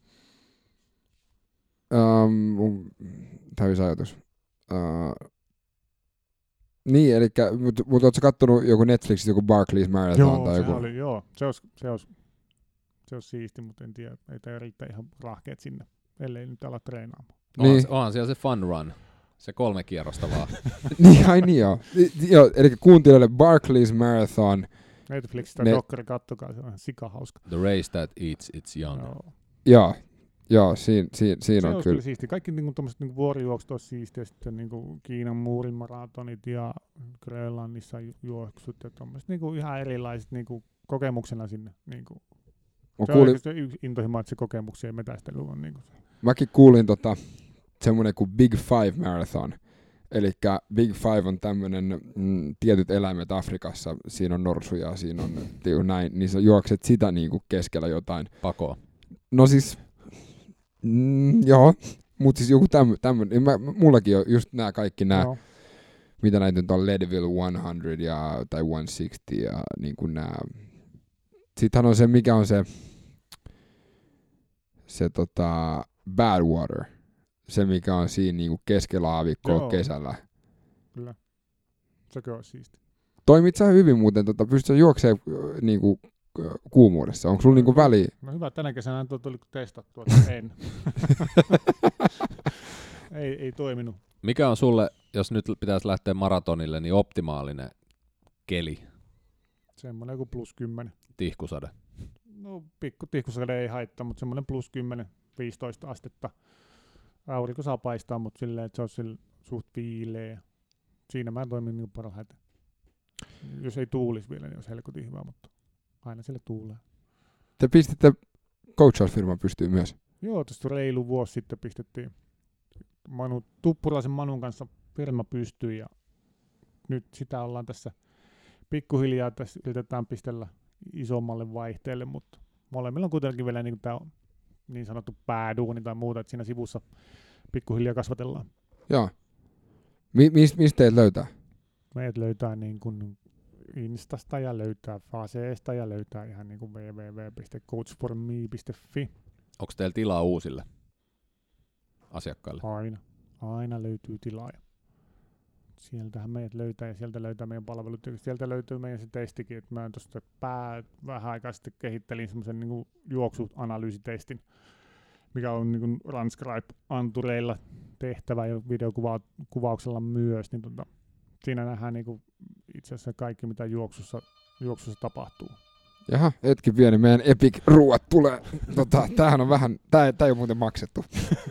Täytyisi ajatus. Niin, eli, mutta ootko kattonut joku Netflixistä joku Barclays Marathon tai joku? Se olisi siisti, mutta en tiedä, ei tämä riittää ihan rahkeet sinne, ellei nyt ala treenaamaan. Niin. Onhan siellä se fun run, se 3 kierrosta vaan. niin joo. Eli kuuntelijoille Barclays Marathon. Netflixistä dokkari, kattokaa, se on ihan sikahauska. The race that eats its young. Joo, siinä on kyllä. Siisti. Kaikki niinku tommoset niinku vuorijuoksut on siistiä, sitten niinku Kiinan muurin maratonit ja Grönlannissa juoksut ja tommoset niinku ihan erilaiset niinku kokemuksena sinne niinku. Se on oikeasti intohimoitse kokemuksia ja metäistely on niinku se. Mäkin kuulin semmoinen kuin Big Five Marathon. Eli Big Five on tämmöinen tietyt eläimet Afrikassa, siinä on norsuja, siinä on näin, niin sä juokset sitä niinku keskellä jotain. Pakoa. No siis, joo, mutta siis joku tämmöinen, mullakin on just nämä kaikki nämä, mitä näitä nyt on, Leadville 100 tai 160 ja niin kuin nämä. Sittenhän on se, mikä on se Badwater, se mikä on siinä niinku keskellä aavikkoa kesällä. Kyllä, sekin on siisti. Toimit sä hyvin muuten, pystyt sä juoksemaan niinku kuumuudessa? Onko sulla niinku väliä? No hyvä, tänä kesänä tuli testattua, että en. ei toiminut. Mikä on sulle, jos nyt pitäisi lähteä maratonille, niin optimaalinen keli? Semmoinen joku +10. Tihkusade? No pikku tihkusade ei haittaa, mutta semmoinen +10, 15 astetta. Aurinko saa paistaa, mutta silleen, että se on suht viileä. Siinä mä toimin niin parhaiten. Jos ei tuulisi vielä, niin olisi helkutin hyvä, mutta aina sille tuulee. Te pistitte coachausfirman pystyyn myös. Joo, tuossa reilu vuosi sitten pistettiin Tuppuraisen Manun kanssa firma pystyyn ja nyt sitä ollaan tässä pikkuhiljaa tässä yritetään pistellä isommalle vaihteelle, mutta molemmilla on kuitenkin vielä niin tämä niin sanottu pääduuni tai muuta, että siinä sivussa pikkuhiljaa kasvatellaan. Joo. Mistä teitä löytää? Meidät löytää niin kuin Instasta ja löytää Faseesta ja löytää ihan niin kuin www.coachforme.fi. Onko teillä tilaa uusille asiakkaille? Aina löytyy tilaaja. Sieltähän meidät löytää ja sieltä löytää meidän palvelut. Sieltä löytyy meidän se testikin, että mä tuosta vähän aikaa sitten kehittelin semmoisen niin juoksuanalyysitestin, mikä on niin Runscribe-antureilla tehtävä ja videokuvauksella myös. Niin siinä nähdään niin itse asiassa kaikki, mitä juoksussa tapahtuu. Jaha, hetki pieni, meidän Epic-ruuat tulee. Tämähän on vähän, tää ei ole muuten maksettu.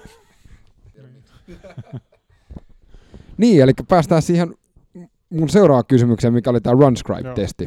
Niin, eli päästään siihen mun seuraavaan kysymykseen, mikä oli tämä Runscribe-testi.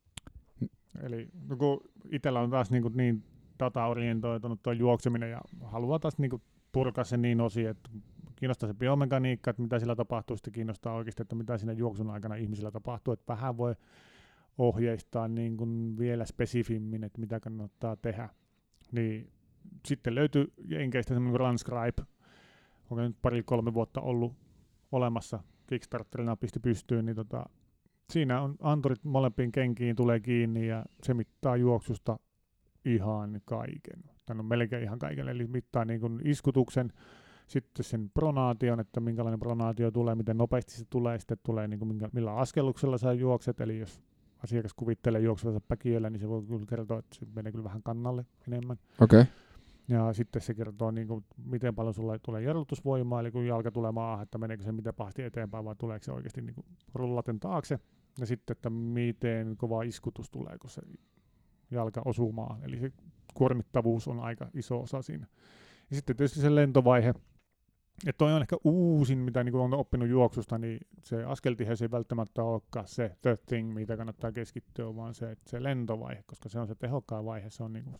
Eli kun itsellä on taas niin data-orientoitunut tuo juokseminen ja haluaa taas niin purkaa sen niin osin, että kiinnostaa se biomekaniikka, että mitä sillä tapahtuu, sitten kiinnostaa oikeasti, että mitä siinä juoksun aikana ihmisillä tapahtuu, että vähän voi ohjeistaa niin kuin vielä spesifimmin, että mitä kannattaa tehdä. Niin sitten löytyy Jenkeistä semmoinen Runscribe, onko nyt 2-3 vuotta ollut olemassa, Kickstarterina pisti pystyyn, niin siinä on anturit molempiin kenkiin tulee kiinni ja se mittaa juoksusta ihan kaiken. Tämä on melkein ihan kaiken, eli mittaa niin kuin iskutuksen, sitten sen pronaation, että minkälainen pronaatio tulee, miten nopeasti se tulee, sitten tulee niin kuin millä askelluksella sä juokset, eli jos asiakas kuvittelee juoksuvansa päkiöllä, niin se voi kyllä kertoa, että se menee kyllä vähän kannalle enemmän. Okei. Ja sitten se kertoo, niin kuin, miten paljon sulla tulee jarrutusvoimaa, eli kun jalka tulee maahan, että meneekö se miten pahasti eteenpäin, vai tuleeko se oikeasti niin kuin rullaten taakse. Ja sitten, että miten kova iskutus tulee, kun se jalka osuu maahan. Eli se kuormittavuus on aika iso osa siinä. Ja sitten tietysti se lentovaihe. Ja toi on ehkä uusin, mitä niin on oppinut juoksusta, niin se askeltiheys ei välttämättä olekaan se the thing, mitä kannattaa keskittyä, vaan se lentovaihe, koska se on se tehokkain vaihe, se on niin kuin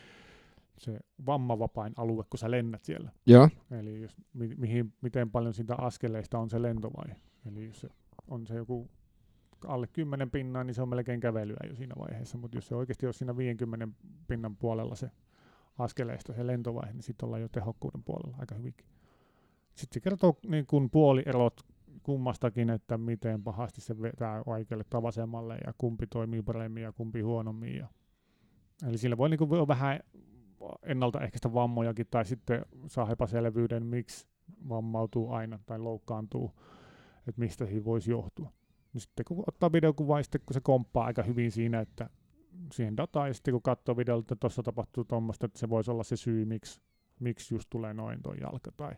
se vammavapain alue, kun sä lennät siellä. Joo. Eli jos, miten paljon siitä askeleista on se lentovaihe. Eli jos se on se joku alle 10 pinnaa, niin se on melkein kävelyä jo siinä vaiheessa, mutta jos se oikeasti on siinä 50 pinnan puolella se askeleista se lentovaihe, niin sitten ollaan jo tehokkuuden puolella aika hyvinkin. Sitten se kertoo niin kuin puolierot kummastakin, että miten pahasti se vetää oikealle tai vasemmalle ja kumpi toimii paremmin ja kumpi huonommin. Eli sillä voi niin kuin vähän ennaltaehkäistä vammojakin tai sitten saa epäselvyyden, miksi vammautuu aina tai loukkaantuu, että mistä siinä voisi johtua. Ja sitten kun ottaa videokuvaa, sitten kun se komppaa aika hyvin siinä, että siihen dataan, ja sitten kun katsoo videolta, että tuossa tapahtuu tuommoista, että se voisi olla se syy, miksi just tulee noin tuo jalka. Tai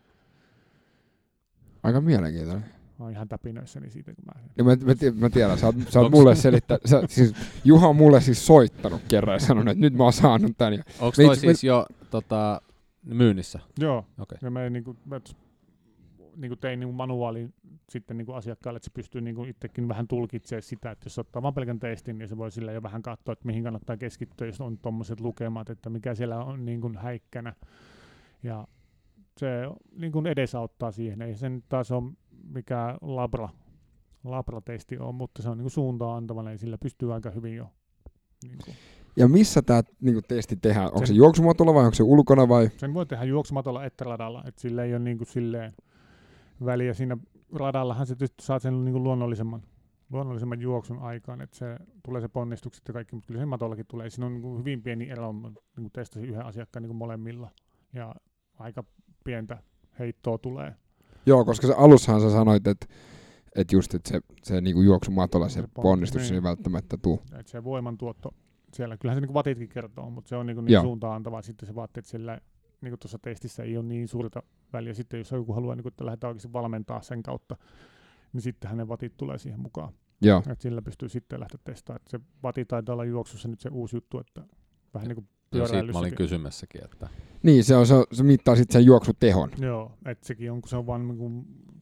aika mielenkiintoinen. mä oon ihan täpinöissäni siitä, kun mä tiedän, sä oot mulle selittää, siis Juha on mulle siis soittanut kerran ja sanonut, että nyt mä oon saanut tän. Onko toi siis jo myynnissä? Joo, okay. Ja mä tein niin manuaalin sitten niin asiakkaalle, että se pystyy niin itsekin vähän tulkitsemaan sitä, että jos ottaa vaan pelkän testin, niin se voi sillä jo vähän katsoa, että mihin kannattaa keskittyä, jos on tuommoiset lukemat, että mikä siellä on niin kuin häikkänä. Ja se niin kuin edesauttaa siihen. Ei se nyt taas ole mikään labratesti on, mutta se on niin kuin suuntaan antavana ja sillä pystyy aika hyvin jo. Niin kuin. Ja missä tämä niin testi tehdään? Onko se juoksumatolla vai onko se ulkona vai? Sen voi tehdä juoksumatolla että radalla, että sillä ei ole niin kuin silleen väliä. Siinä radallahan se saat sen niin kuin luonnollisemman juoksun aikaan, että se tulee se ponnistukset ja kaikki, mutta kyllä sen matollakin tulee. Siinä on niin kuin hyvin pieni ero, niin kuin testasin yhden asiakkaan niin kuin molemmilla ja aika pientä heittoa tulee. Joo, koska se alussahan sä sanoit, että just että se niinku juoksumatolla se ponnistus ei välttämättä tule. Että se voimantuotto siellä, kyllähän se niinku vatitkin kertoo, mutta se on niin suuntaan antava. Sitten se vaatii, että sillä niin tuossa testissä ei ole niin suurta väliä. Sitten jos joku haluaa, niin että lähdetään oikeasti valmentaa sen kautta, niin sittenhän ne vatit tulee siihen mukaan. Joo. Että sillä pystyy sitten lähteä testaamaan. Että se vati taitaa olla juoksussa nyt se uusi juttu, että vähän niin kuin siitä mä olin kysymässäkin. Että niin, se mittaa sitten sen juoksutehon. Joo, että sekin on, kun se on vaan niin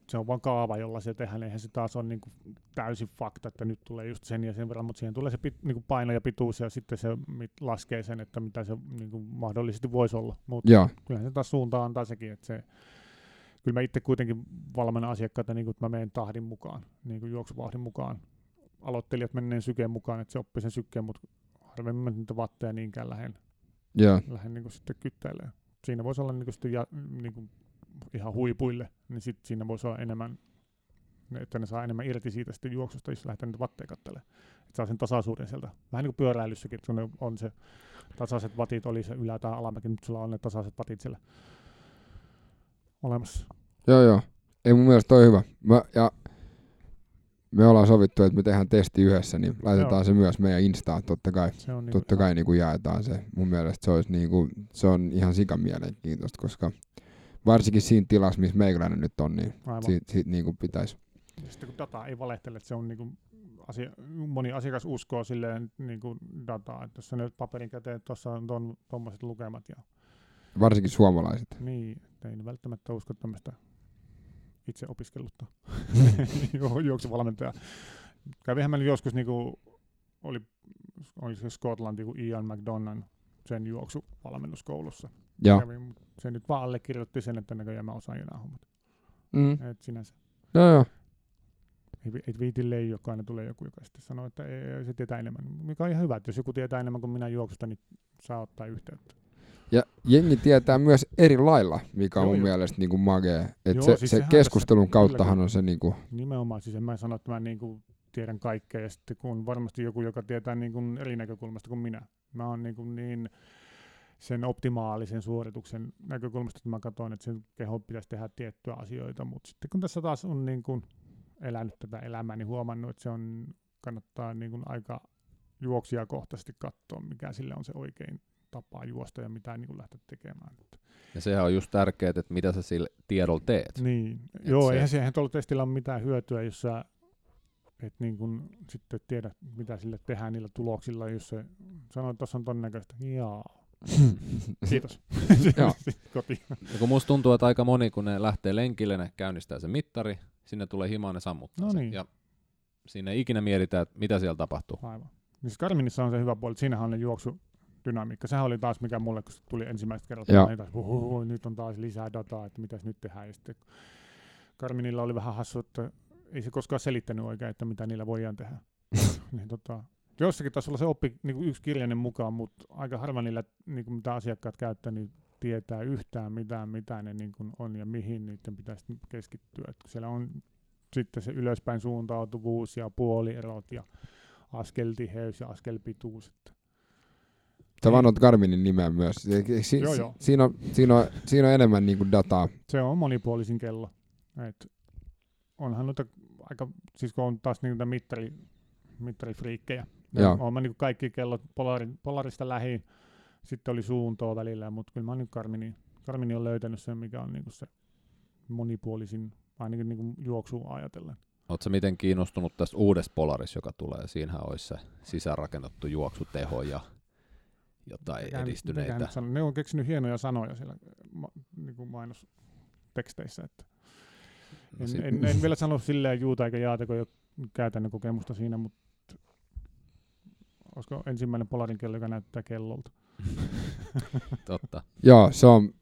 se on vaan kaava, jolla se tehdään. Eihän se taas ole niin kuin täysin fakta, että nyt tulee just sen ja sen verran, mutta siihen tulee se niin kuin paino ja pituus ja sitten se laskee sen, että mitä se niin kuin mahdollisesti voisi olla. Mutta kyllähän se taas suuntaan antaa sekin, että se, kyllä mä itse kuitenkin valmennan asiakkaita, niin kuin, että mä menen tahdin mukaan, niin kuin juoksuvauhdin mukaan. Aloittelijat menneen sykeen mukaan, että se oppii sen sykkeen, mutta harvemmin mä niitä vatteja niinkään lähden niin kuin sitten kyttäilemään. Siinä voisi olla niin kuin sitten niin kuin ihan huipuille, niin sitten siinä voisi olla enemmän, että ne saa enemmän irti siitä sitten juoksusta, jos lähdetään niitä vatteja katselemaan. Että saa sen tasaisuuden sieltä. Vähän niin kuin pyöräilyssäkin, että kun on se tasaiset vatit, oli se ylä- tai alamäki, mutta sulla on ne tasaiset vatit siellä olemassa. Joo. Ei mun mielestä toi hyvä. Me ollaan sovittu, että me tehdään testi yhdessä, niin laitetaan se myös meidän Instaan, totta kai. Totta kai niin kuin jaetaan se. Mun mielestä se olisi niin kuin, se on ihan sikamielenkiintoista, koska varsinkin siinä tilassa, missä meikäläinen nyt on, niin siitä niin kuin pitäisi. Ja sitten kun data ei valehtele, että se on niin kuin moni asiakas uskoo silleen niin kuin dataa, että jos sä nyt paperin käteen, tuossa on tuommoiset lukemat. Ja varsinkin suomalaiset. Niin, ei ne välttämättä usko tämmöistä itse opiskellutta juoksuvalmentaja. Kävihän mä joskus, niin kuin oli se Skotlanti, kuin Ian McDonan sen juoksuvalmennuskoulussa. Se nyt vaan allekirjoitti sen, että näköjään mä osaan jo nämä hommat. Et sinänsä. Joo. Ei viiti leijokaan, aina tulee joku, joka sitten sanoo, että ei, se tietää enemmän. Mikä on ihan hyvä, että jos joku tietää enemmän kuin minä juoksusta, niin saa ottaa yhteyttä. Ja jengi tietää myös eri lailla, mikä on mun mielestä niin kuin magea. Että se keskustelun kauttahan on se niin kuin. Nimenomaan, siis en mä sano, että mä niin kuin tiedän kaikkea, ja sitten kun on varmasti joku, joka tietää niin kuin eri näkökulmasta kuin minä. Mä oon niin sen optimaalisen suorituksen näkökulmasta, että mä katson, että sen keho pitäisi tehdä tiettyjä asioita, mutta sitten kun tässä taas on niin kuin elänyt tätä elämää, niin huomannut, että se on, kannattaa niin kuin aika juoksijakohtaisesti katsoa, mikä sille on se oikein tapa juosta ja mitä niin kuin lähteä tekemään. Ja sehän on just tärkeää, että mitä sä sillä tiedolla teet. Niin, joo, eihän siihen tuolla testillä ole mitään hyötyä, jos sä et niin kuin sitten tiedä, mitä sille tehdään niillä tuloksilla, jos se sanoo, että tuossa on ton näköistä, jaa. Kiitos. Kotiin. Ja kun musta tuntuu, että aika moni, kun ne lähtee lenkille, ne käynnistää sen mittari, sinne tulee himaan, ne sammuttaa sen. Ja siinä ei ikinä mietitä, että mitä siellä tapahtuu. Aivan. Niin Garminissa on se hyvä puoli, että siinähän on ne juoksudynamiikka. Sehän oli taas mikä mulle, kun tuli ensimmäistä kertaa, niin taas, nyt on taas lisää dataa, että mitäs nyt tehdään. Ja sitten Garminilla oli vähän hassu, että ei se koskaan selittänyt oikein, että mitä niillä voidaan tehdä. Niin, jossakin taas olla se oppi niin yksi kirjainen mukaan, mutta aika harva niillä, niin mitä asiakkaat käyttää, niin tietää yhtään mitä ne niin on ja mihin niiden pitäisi keskittyä. Et siellä on sitten se ylöspäin suuntautuvuus ja puolierot ja askeltiheys ja askelpituus. Sä vannoit Garminin nimeä myös. Joo. Siinä on enemmän niin kuin dataa. Se on monipuolisin kello. Onhan noita aika, siis kun on taas niitä mittarifriikkejä. Olen mä niin kaikki kellot Polarista lähin, sitten oli suuntoa välillä, mutta kyllä mä nyt Garmin on löytänyt sen, mikä on niin se monipuolisin, ainakin niin juoksua ajatellen. Oletko miten kiinnostunut tästä uudesta Polaris, joka tulee? Siinähän olisi se sisäänrakennettu juoksuteho ja jotain edistyneitä. Ne on keksinyt hienoja sanoja siellä niin mainosteksteissä. Että en vielä sano silleen juuta eikä jaata, kun ei ole käytännön kokemusta siinä, mutta olisiko ensimmäinen Polarin kello, joka näyttää kellolta? Totta. Joo,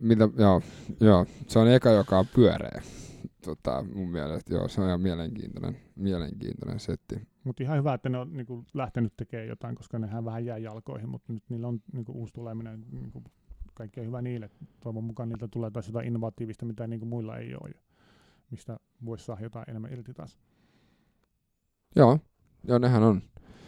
se on eka, joka on pyöreä. Mun mielestä se on ihan mielenkiintoinen setti. Mutta ihan hyvä, että ne on niinku lähtenyt tekemään jotain, koska nehän vähän jää jalkoihin, mutta nyt niillä on niinku uusi tuleminen, niinku kaikkea hyvä niille. Toivon mukaan niiltä tulee taas jotain innovatiivista, mitä niinku muilla ei ole, mistä voisi saada jotain enemmän irti taas. Joo, nehän on.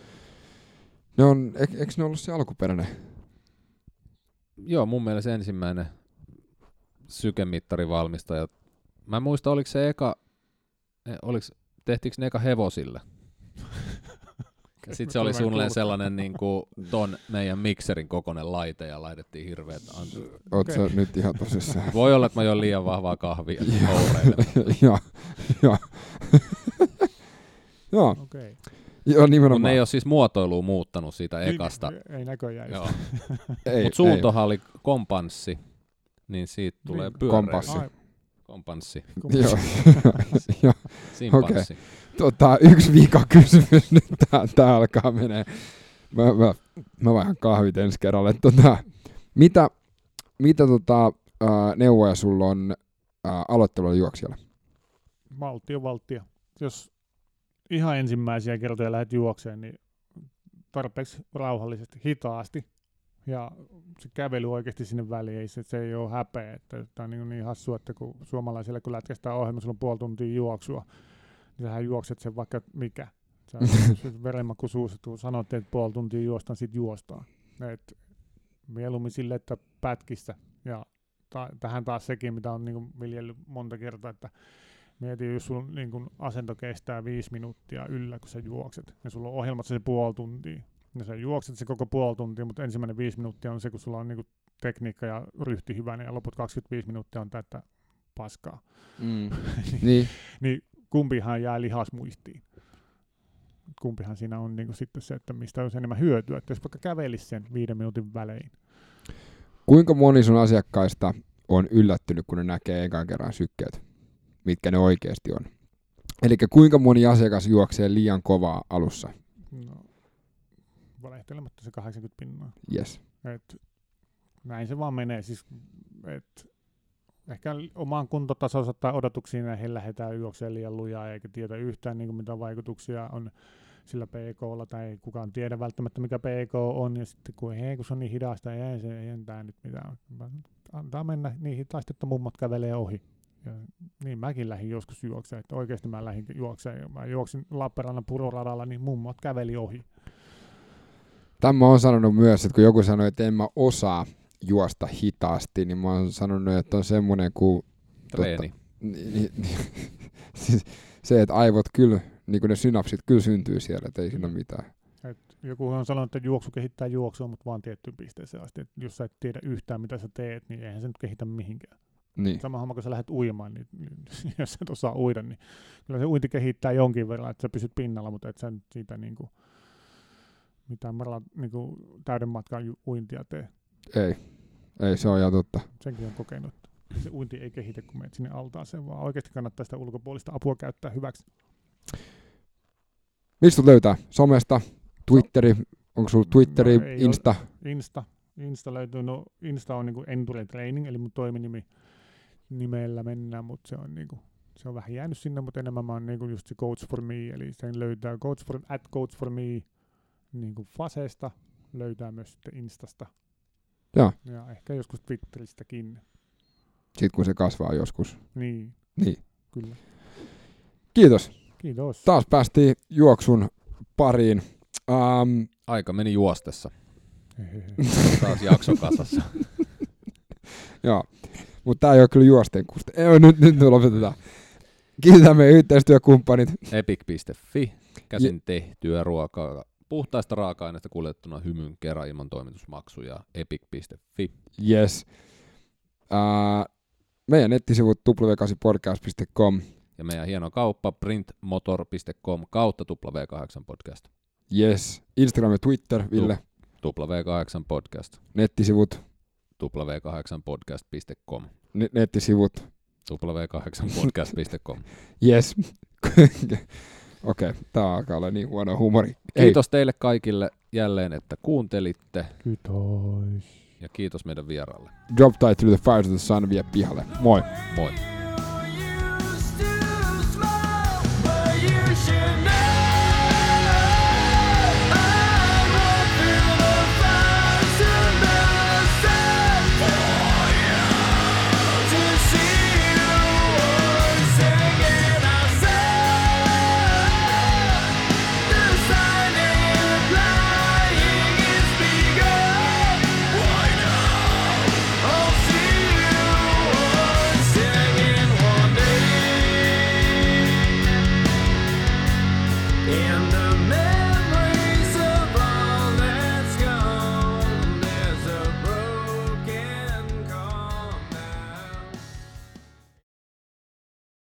Eikö ne ollut se alkuperäinen? Joo, mun mielestä ensimmäinen sykemittarivalmistaja. Mä en muista, oliko se tehtiinkö ne eka hevosille? Ja sitten se oli suunnilleen sellainen niin kuin ton meidän mikserin kokoinen laite ja laitettiin hirveät Ootko sä nyt ihan tosissaan? Voi olla, että mä join liian vahvaa kahvia. Joo. Okay. Joo, nimenomaan. Mutta ne ei ole siis muotoilua muuttanut siitä ekasta. Ei näköjään. Mutta suuntohan oli kompanssi, niin siitä tulee pyöreä. Kompassi. Kompanssi. Joo. Simpanssi. Yksi vika kysymys nyt tää alkaa menee. Mä vaihan kahvit ensi kerralle. Mitä neuvoja sulla on aloittelulla juoksijalle? Valtio. Jos ihan ensimmäisiä kertoja lähdet juokseen, niin tarpeeksi rauhallisesti, hitaasti. Ja se kävely oikeasti sinne väliin, se ei ole häpeä. Tämä on niin hassua, että kun suomalaisille kun lätkästään ohjelma, sulla on puoli tuntia juoksua, niin sähän juokset sen vaikka mikä. Sä verenmaku suussa, kun sanot, että puoli tuntia juostaan, sit juostaan. Et mieluummin sille, että pätkissä. Ja tähän taas sekin, mitä on niin viljellyt monta kertaa, että mieti, jos sun niin asento kestää 5 minuuttia yllä, kun sä juokset, ja sulla on ohjelmat se puoli tuntia. Ja sä juokset se koko puoli tuntia, mutta ensimmäinen 5 minuuttia on se, kun sulla on niinku tekniikka ja ryhti hyvä, ja loput 25 minuuttia on tätä paskaa. Niin kumpihan jää lihasmuistiin. Kumpihan siinä on niinku sitten se, että mistä olisi enemmän hyötyä, että jos vaikka kävelisi sen 5 minuutin välein. Kuinka moni sun asiakkaista on yllättynyt, kun ne näkee ekan kerran sykkeet, mitkä ne oikeasti on? Eli kuinka moni asiakas juoksee liian kovaa alussa? No, valehtelematta se 80%. Yes. Näin se vaan menee. Siis, ehkä omaan kuntotasonsa tai odotuksiin näihin lähdetään juoksemaan liian lujaa, eikä tiedä yhtään niin mitä vaikutuksia on sillä PK:lla, tai ei kukaan tiedä välttämättä mikä PK on, ja sitten kun se on niin hidasta, ei tämä nyt mitään. Antaa mennä niin hitaasti, että mummot kävelee ohi. Ja niin mäkin lähdin joskus juokseen, että oikeasti mä lähdin juokseen. Mä juoksin Lappeenrannan puroradalla, niin mummot käveli ohi. Tämä on sanonut myös, että kun joku sanoi, että en mä osaa juosta hitaasti, niin mä oon sanonut, että on semmoinen kuin treeni. Siis se, että aivot kyllä, niin kuin ne synapsit kyllä syntyy siellä, että ei siinä ole mitään. Joku on sanonut, että juoksu kehittää juoksua, mutta vaan tiettyyn pisteeseen asti. Että jos sä et tiedä yhtään, mitä sä teet, niin eihän se nyt kehitä mihinkään. Niin. Sama homma, kun sä lähdet uimaan, niin jos sä et osaa uida, niin kyllä se uinti kehittää jonkin verran, että sä pysyt pinnalla, mutta et sä nyt siitä niinku mitään niinku täyden matkan uintia tee. Ei, se on ihan totta. Senkin on kokenut. Se uinti ei kehitä, kun menet sinne altaaseen, vaan oikeasti kannattaa sitä ulkopuolista apua käyttää hyväksi. Mistä löytää? Somesta? Twitteri? Onko sulla Twitteri? Insta? Insta löytyy. No, Insta on niinku Endure Training, eli mun toiminimi nimellä mennään, mutta se on vähän jäänyt sinne, mutta enemmän mä oon niinku just se Coach for Me, eli sen löytää Coach for Me niinku Fasesta, löytää myös sitten Instasta. Ja ehkä joskus Twitteristäkin. Sitten kun se kasvaa joskus. Niin. Kyllä. Kiitos. Taas päästiin juoksun pariin. Aika meni juostessa. Taas jakso kasassa. Joo, mutta tää ei ole kyllä juosten kuste. Nyt lopetetaan. Kiitetään meidän yhteistyökumppanit. Epic.fi, käsin tehtyä ruokaa. Puhtaista raaka-aineista kuljettuna hymyn kerran ilman toimitusmaksuja. Epic.fi. Yes. Meidän nettisivut w8podcast.com. Ja meidän hieno kauppa printmotor.com kautta W8podcast. Yes. Instagram ja Twitter, Ville. W8 podcast. Nettisivut. W8podcast.com. Nettisivut. W8podcast.com. Yes. Okei, tää alkaa olla niin huono huumori. Kiitos teille kaikille jälleen, että kuuntelitte. Kiitos. Ja kiitos meidän vieraalle. Drop tight through the fires of the sun, vie pihalle. Moi. Moi. In the